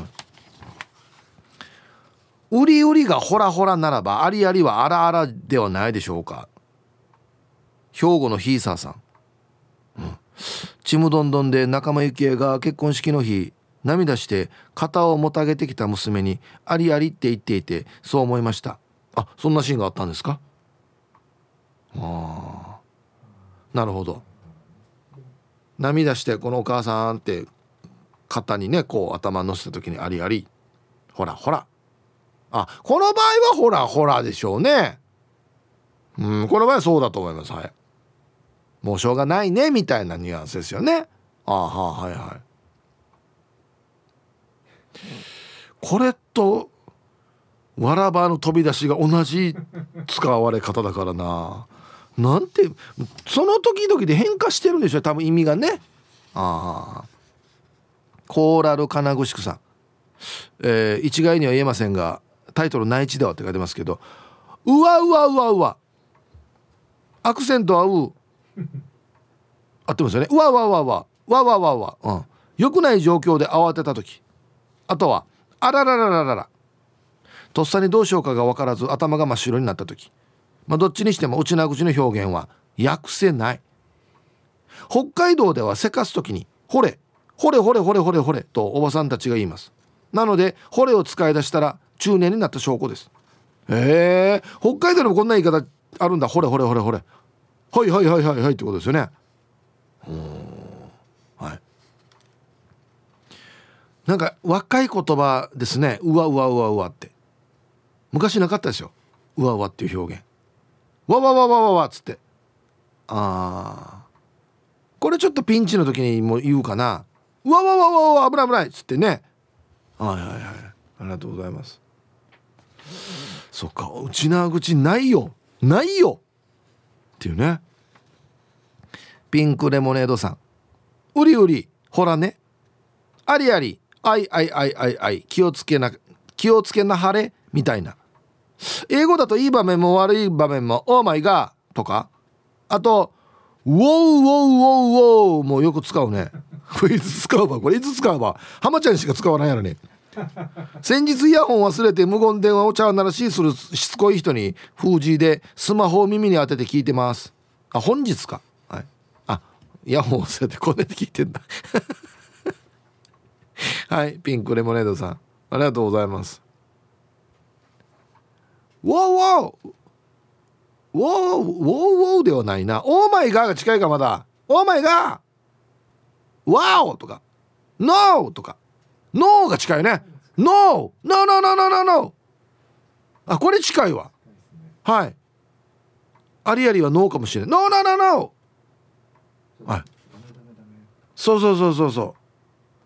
ウリウリがホラホラならばありありはあらあらではないでしょうか。兵庫のヒーサーさん、ちむどんどんで仲間由紀恵が結婚式の日涙して肩をもたげてきた娘にありありって言っていてそう思いました。そんなシーンがあったんですか。なるほど。涙してこのお母さんって肩にねこう頭乗せた時にありありほらほら、この場合はほらほらでしょうね。この場合はそうだと思います。はい、もうしょうがないねみたいなニュアンスですよね。はいはい。これとわらばの飛び出しが同じ使われ方だからな。なんてその時々で変化してるんでしょ多分意味がね。コーラル金具宿さん、一概には言えませんがタイトル内地ではって書いてますけど、うわうわうわうわ、アクセントはう合ってますよね。うわうわうわうわわわわわ、良くない状況で慌てた時、あとはあらららららら、とっさにどうしようかが分からず頭が真っ白になった時、どっちにしても内な口の表現は訳せない。北海道ではせかす時にほれほれほれほれほれほれとおばさんたちが言います。なのでほれを使い出したら中年になった証拠です。北海道でもこんな言い方あるんだ。ほれほれほれほれ、はいはいはいはいはいってことですよね。はい、なんか若い言葉ですね。うわうわうわうわって昔なかったですよ。うわうわっていう表現、わわわわわわっつって、これちょっとピンチの時にも言うかな。うわわわわわ危ない危ないっつってね。はいはいはい、ありがとうございます。そっか、内な口ないよないよっていうね。ピンクレモネードさん、うりうりほらね、ありありあいあいあいあいあい、気をつけなはれみたいな。英語だといい場面も悪い場面もオーマイガーとか、あとウォウウォウウォウウォウもよく使うね。これいつ使うわ、これいつ使うわ、浜ちゃんしか使わないやろね。先日イヤホン忘れて無言電話をチャー鳴らしするしつこい人に封じでスマホを耳に当てて聞いてます。本日か、はい、イヤホン忘れてこれで聞いてんだはい、ピンクレモネードさんありがとうございます。ウォーウォーウォーウォーウォーではないな。オーマイガーが近いか。まだオーマイガーワオとかノーとかノーが近いね。ノーノーノーノーノーノーノー、これ近いわ。はい、ありありはノーかもしれない。ノーノーノーノー、はい、 そうそうそうそうそう、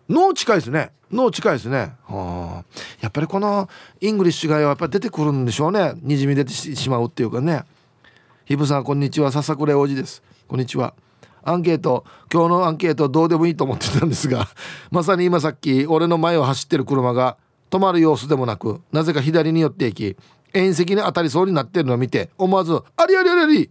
脳近いですね、脳近いですね。はあ、やっぱりこのイングリッシュがやっぱり出てくるんでしょうね、にじみ出てしまうっていうかね。ひぶさんこんにちは、笹倉王子です。こんにちは。アンケート、今日のアンケートどうでもいいと思ってたんですが、まさに今さっき俺の前を走ってる車が止まる様子でもなく、なぜか左に寄っていき縁石に当たりそうになってるのを見て、思わずありありありありって、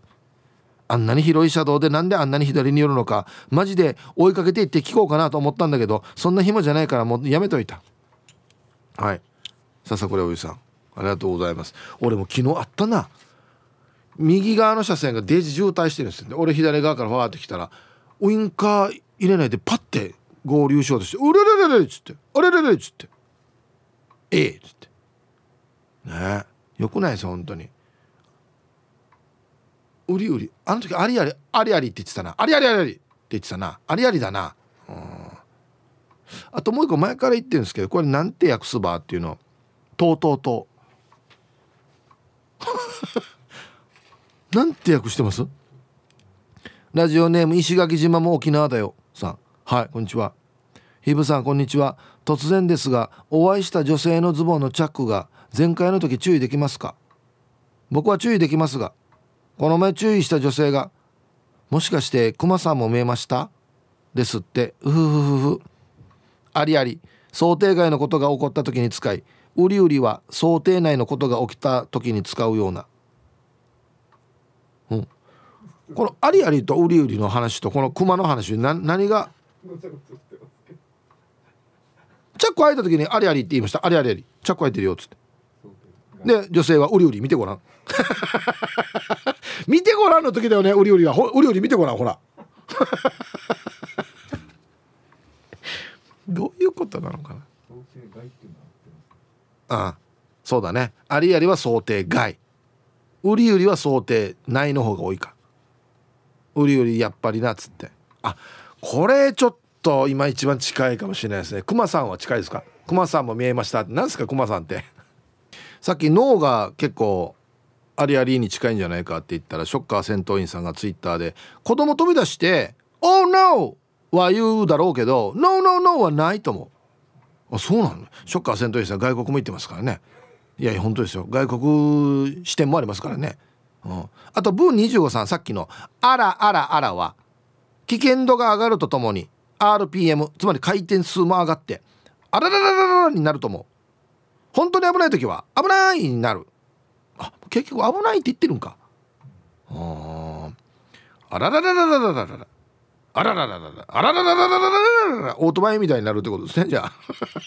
あんなに広い車道でなんであんなに左に寄るのか、マジで追いかけていって聞こうかなと思ったんだけど、そんな暇じゃないからもうやめといた。はい、笹倉おじさんありがとうございます。俺も昨日あったな、右側の車線がデージ渋滞してるんですよ。俺左側からファーって来たらウインカー入れないでパッて合流しようとして、うれれれれっつって、あれれれっつって、っつってね、よくないですよ本当に。うりうり、あの時ありありありありって言ってたな、ありありありありって言ってたな、ありありだな。あともう一個前から言ってるんですけど、これなんて訳すばっていうの、とうとうとなんて訳してます？ラジオネーム石垣島も沖縄だよさん、はい、こんにちは。ひぶさんこんにちは。突然ですが、お会いした女性のズボンのチャックが前回の時注意できますか？僕は注意できますが、この前注意した女性が、もしかしてクマさんも見えましたですって。うふふふふ。ありあり、想定外のことが起こった時に使い、うりうりは想定内のことが起きた時に使うような。このありありとうりうりの話とこのクマの話、何がチャック開いた時にありありって言いました。ありありあり、チャック開いてるよっつって、で女性はうりうり見てごらん見てごらんの時だよね、うりうりは。うりうり見てごらん、ほらどういうことなのかな。ああ、そうだね、ありありは想定外、うりうりは想定内の方が多いか。うりうりやっぱりなっつって、あ、これちょっと今一番近いかもしれないですね。クマさんは近いですか？クマさんも見えましたって何ですかクマさんってさっき脳が結構ありありに近いんじゃないかって言ったら、ショッカー戦闘員さんがツイッターで、子供飛び出して「Oh no!」は言うだろうけど「No no no!」はないと思う。あ、そうなの。ショッカー戦闘員さん外国も行ってますからね。いやいや本当ですよ、外国視点もありますからね。あとブー25さん、さっきのあらあらあらは危険度が上がるとともに RPM、 つまり回転数も上がってあらららららになると思う。本当に危ない時は危ないになる。あ、結局危ないって言ってるんか。あらららららららら、あららららら、あららららららら、オートバイみたいになるってことですね、じゃ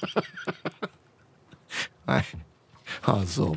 あはい、あ、そう。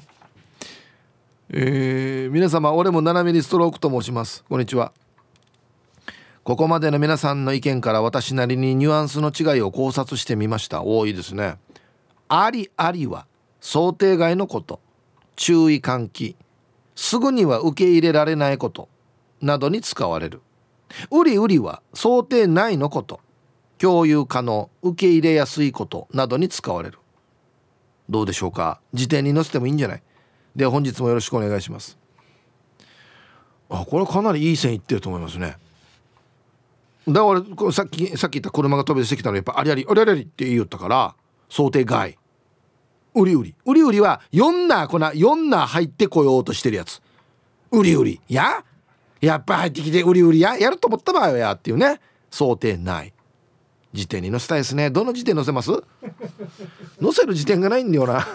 皆様、俺も斜めにストロークと申します。こんにちは。ここまでの皆さんの意見から私なりにニュアンスの違いを考察してみました。多いですね。ありありは想定外のこと、注意喚起、すぐには受け入れられないことなどに使われる。うりうりは想定内のこと、共有可能、受け入れやすいことなどに使われる。どうでしょうか。辞典に載せてもいいんじゃない。では本日もよろしくお願いします。あ、これかなりいい線いってると思いますね。だからさっき言った車が飛び出してきたのやっぱありありありありって言ったから想定外。うりうり、うりうりは4な入ってこようとしてるやつ。うりうりやっぱ入ってきてうりうりやると思った場合はやっていうね。想定内。辞典に載せたいですね。どの辞典載せます？載せる辞典がないんだよな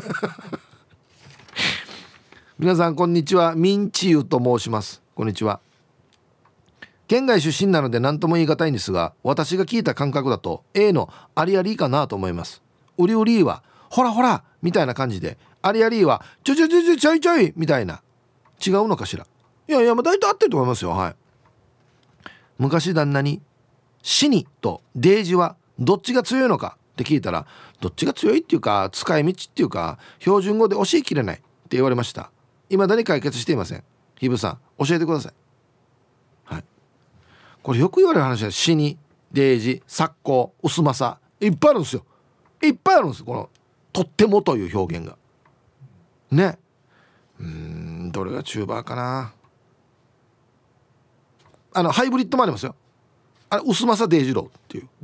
皆さんこんにちは、ミンチユと申します。こんにちは。県外出身なので何とも言い難いんですが、私が聞いた感覚だと A のありありかなと思います。うりうりはほらほらみたいな感じで、ありありはちょいちょいみたいな。違うのかしら。いやまあ大体合ってると思いますよ。はい。昔旦那に死にとデージはどっちが強いのかって聞いたら、どっちが強いっていうか使い道っていうか標準語で教えきれないって言われました。未だに解決していません。ひぶさん教えてください。はい、これよく言われる話です。死に、デージ、錯考、薄まさ、いっぱいあるんですよ。いっぱいあるんです。このとってもという表現がね。どれがチューバーかな。ハイブリッドもありますよ。 あれ薄政デイジローっていう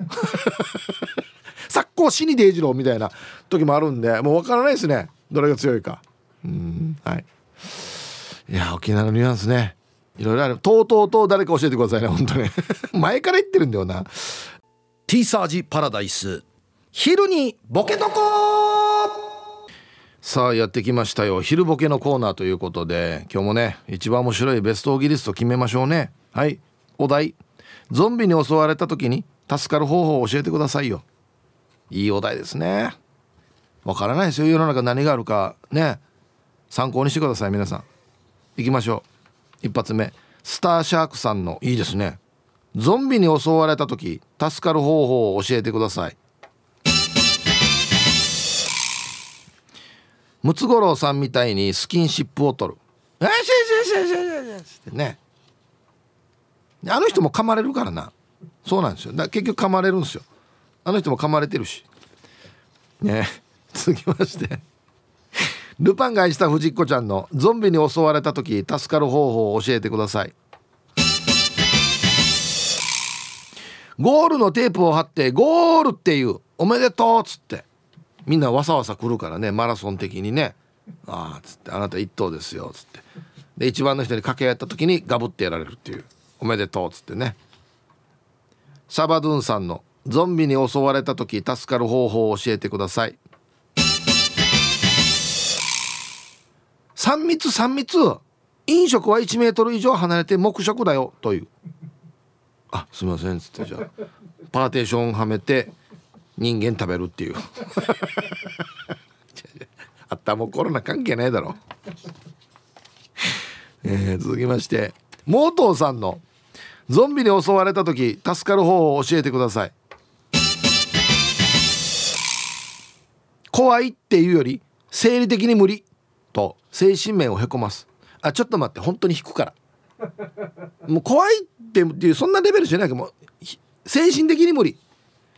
昨今死にデイジローみたいな時もあるんで、もう分からないですね、どれが強いか。はい。いや沖縄のニュアンスね、いろいろある。とうとう誰か教えてくださいね、本当に前から言ってるんだよな。T サージパラダイス、昼にボケとこ。さあやってきましたよ、昼ボケのコーナーということで、今日もね一番面白いベストオギリスト決めましょうね。はい、お題、ゾンビに襲われた時に助かる方法を教えてくださいよ。いいお題ですね。わからないですよ、世の中何があるかね、参考にしてください皆さん。いきましょう。一発目、スターシャークさんのいいですね。ゾンビに襲われた時助かる方法を教えてください。ムツゴロウさんみたいにスキンシップを取る。ってね。あの人も噛まれるからな。そうなんですよ。結局噛まれるんですよ。あの人も噛まれてるし。ね。続きまして。ルパンが愛した藤子ちゃんのゾンビに襲われた時助かる方法を教えてください。ゴールのテープを貼ってゴールっていうおめでとうっつってみんなわさわさ来るからね、マラソン的にね。ああつって、あなた一等ですよつって、で一番の人に掛け合った時にガブってやられるっていうおめでとうっつってね。シャバドゥンさんのゾンビに襲われた時助かる方法を教えてください。3密飲食は1メートル以上離れて黙食だよという。あ、すみませんつって、じゃあパーテーションはめて人間食べるっていうあったもうコロナ関係ないだろ続きまして、モートーさんのゾンビに襲われた時助かる方法を教えてください。怖いっていうより生理的に無理と精神面をへこます。あ、ちょっと待って、本当に引くからもう怖いっていうそんなレベルじゃないけど、もう精神的に無理、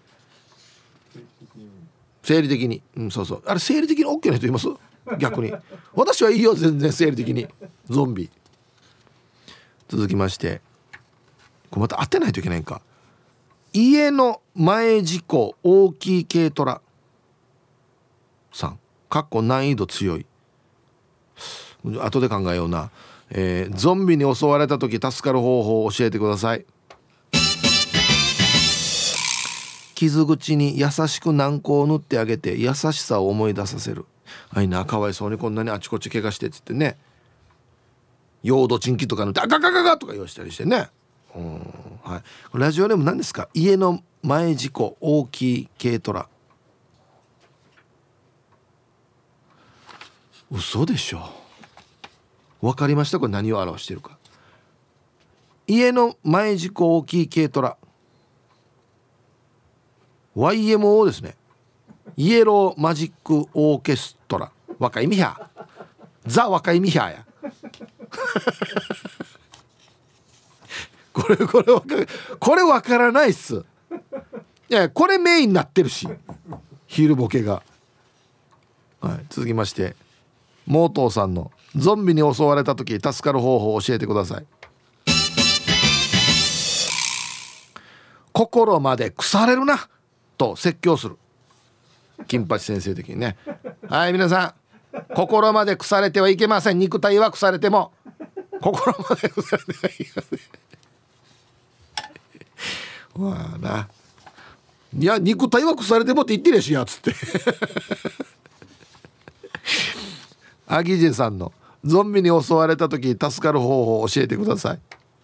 生理的に、そうそう、あれ生理的に OK な人います？逆に私はいいよ、全然生理的にゾンビ。続きまして、これまた当てないといけないんか。家の前事故大きい軽トラさん、かっこ難易度強い。後で考えような。ゾンビに襲われた時助かる方法を教えてください。傷口に優しく軟膏を塗ってあげて優しさを思い出させる。あいな、かわいそうにこんなにあちこち怪我してっつってね、ヨードチンキとか塗ってあガガガガとか言わしたりしてね。はい、ラジオネーム何ですか？家の前事故大きい軽トラ。嘘でしょ。わかりました？これ何を表しているか。家の前事故大きい軽トラ、 YMO ですね。イエローマジックオーケストラ、若いミヒャー、ザ若いミヒャーやこれわからないっす。いやこれメインになってるし、昼ボケが。はい、続きまして、モートーさんのゾンビに襲われた時助かる方法を教えてください。心まで腐れるなと説教する。金八先生的にね。はい、皆さん、心まで腐れてはいけません。肉体は腐れても心まで腐れてはいけませんわあな。いや肉体は腐れてもって言ってるしやつってアギジェさんのゾンビに襲われた時助かる方法を教えてください。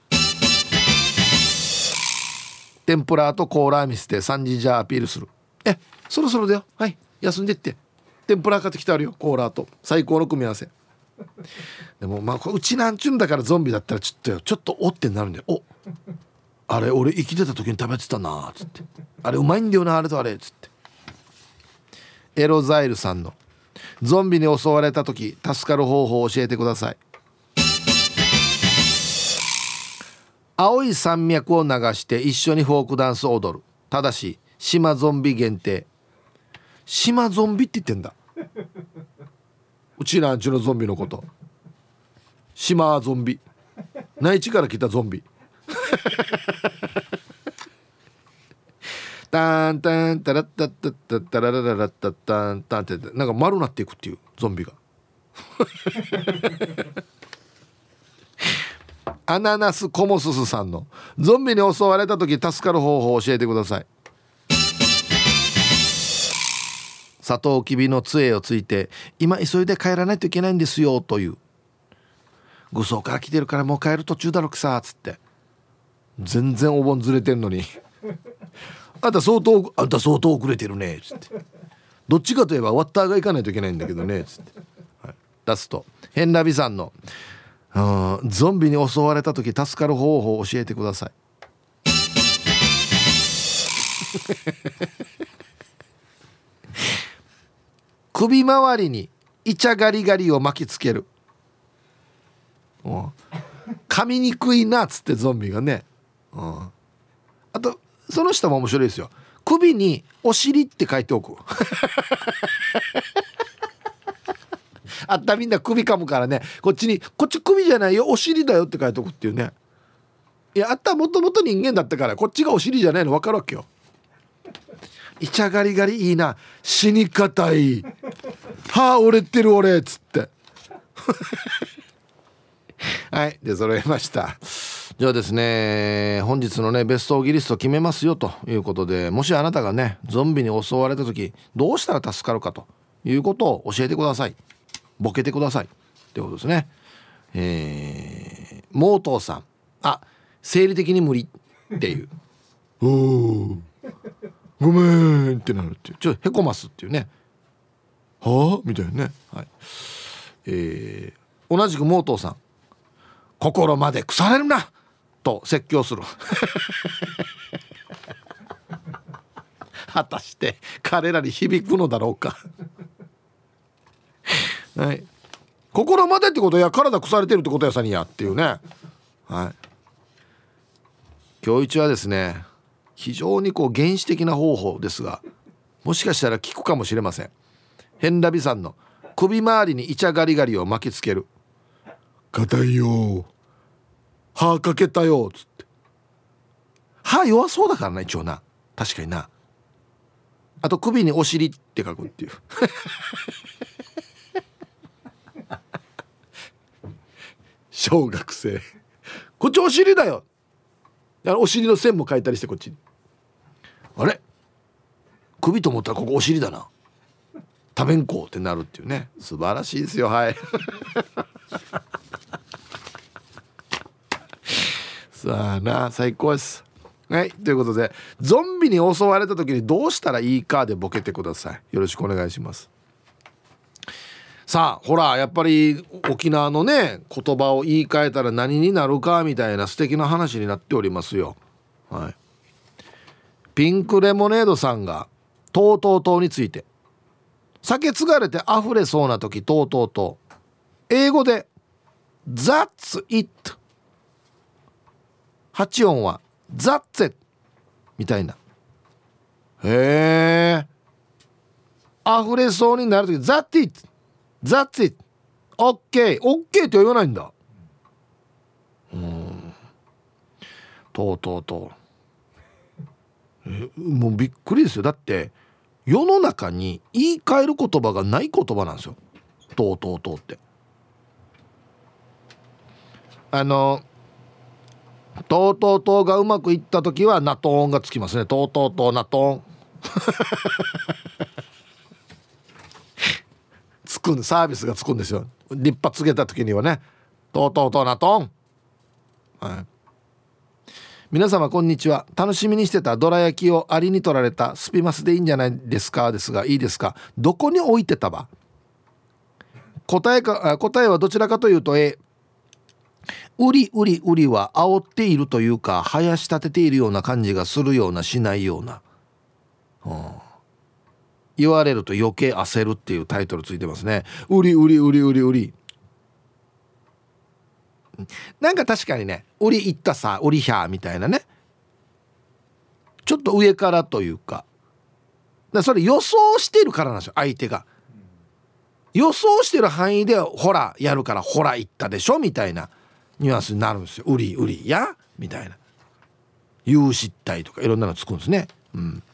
天ぷらとコーラ見せて3時じゃアピールする。そろそろだよ、はい休んでって、天ぷら買ってきてあるよ、コーラと最高の組み合わせ。でもまあうちなんちゅうんだからゾンビだったらちょっとおってなるんだよ。お、あれ俺生きてた時に食べてたなつって、あれうまいんだよなあれとあれつって。エロザイルさんのゾンビに襲われた時助かる方法を教えてください。青い山脈を流して一緒にフォークダンスを踊る。ただし島ゾンビ限定。島ゾンビって言ってんだうちなんちゅのゾンビのこと。島ゾンビ、内地から来たゾンビタンタンタラッタッタッタッタララララッタッタンタンってなんか丸なっていくっていうゾンビがアナナスコモススさんのゾンビに襲われた時助かる方法を教えてください。サトウキビの杖をついて今急いで帰らないといけないんですよという、愚僧から来てるからもう帰る途中だろくさつって、全然お盆ずれてんのにあんた相当遅れてるねつって、どっちかといえばワッターが行かないといけないんだけどねつって、はい、出すとヘンラビさんのゾンビに襲われた時助かる方法を教えてください首周りにイチャガリガリを巻きつける。噛みにくいなっつってゾンビがね、あとその下も面白いですよ。首にお尻って書いておくあったみんな首噛むからね、こっち首じゃないよお尻だよって書いておくっていうね。いやあったもともと人間だったからこっちがお尻じゃないの分かるわけよ。イチャガリガリいいな、死に方いいはあ折れてる俺っつってはいで揃えました。じゃあですね、本日のねベストオギリスト決めますよということで、もしあなたがねゾンビに襲われた時どうしたら助かるかということを教えてください、ボケてくださいってことですね。モートーさん、生理的に無理っていうごめんってなるっていう、ちょっとへこますっていうね、はあみたいなね、はい。同じくモートーさん、心まで腐れるなと説教する果たして彼らに響くのだろうかはい、心までってことや体腐れてるってことやさにやっていうね、はい。今日一はですね非常に原始的な方法ですが、もしかしたら効くかもしれません。ヘンラビさんの首周りにイチャガリガリを巻きつける。硬いよ歯かけたよつって、歯弱そうだからな一応な、確かにな。あと首にお尻って書くっていう小学生こっちお尻だよ、お尻の線も書いたりして、こっちにあれ首と思ったらここお尻だな、多弁孔ってなるっていうね、素晴らしいですよ。はいさあな、最高です。はい、ということでゾンビに襲われた時にどうしたらいいかでボケてください。よろしくお願いします。さあほらやっぱり沖縄のね言葉を言い換えたら何になるかみたいな素敵な話になっておりますよ。はい、ピンクレモネードさんがとうとうとうについて、酒継がれて溢れそうな時とうとうとう、英語で That's it、 発音は That's it みたいな。へえ、溢れそうになる時 That's it、That's it、OK、OK って言わないんだ。とうとうとう、もうびっくりですよ。だって世の中に言い換える言葉がない言葉なんですよ、とうとうとうって。とうとうとうがうまくいった時はナトーンがつきますね。とうとうとうナトーンつくん、サービスがつくんですよ。立派告げた時にはね、とうとうとうナトーン。はい、皆様こんにちは。楽しみにしてたどら焼きをアリに取られたスピマスでいいんじゃないですかですが、いいですか、どこに置いてたば。答えはどちらかというとうりは煽っているというか生やし立てているような感じがするようなしないような、言われると余計焦るっていうタイトルついてますね。うりなんか確かにね、売り行ったさ、売りひゃーみたいなね、ちょっと上からというか、それ予想してるからなんですよ。相手が予想してる範囲でほらやるから、ほら言ったでしょみたいなニュアンスになるんですよ。売りやみたいな、有失態とかいろんなのつくんですね。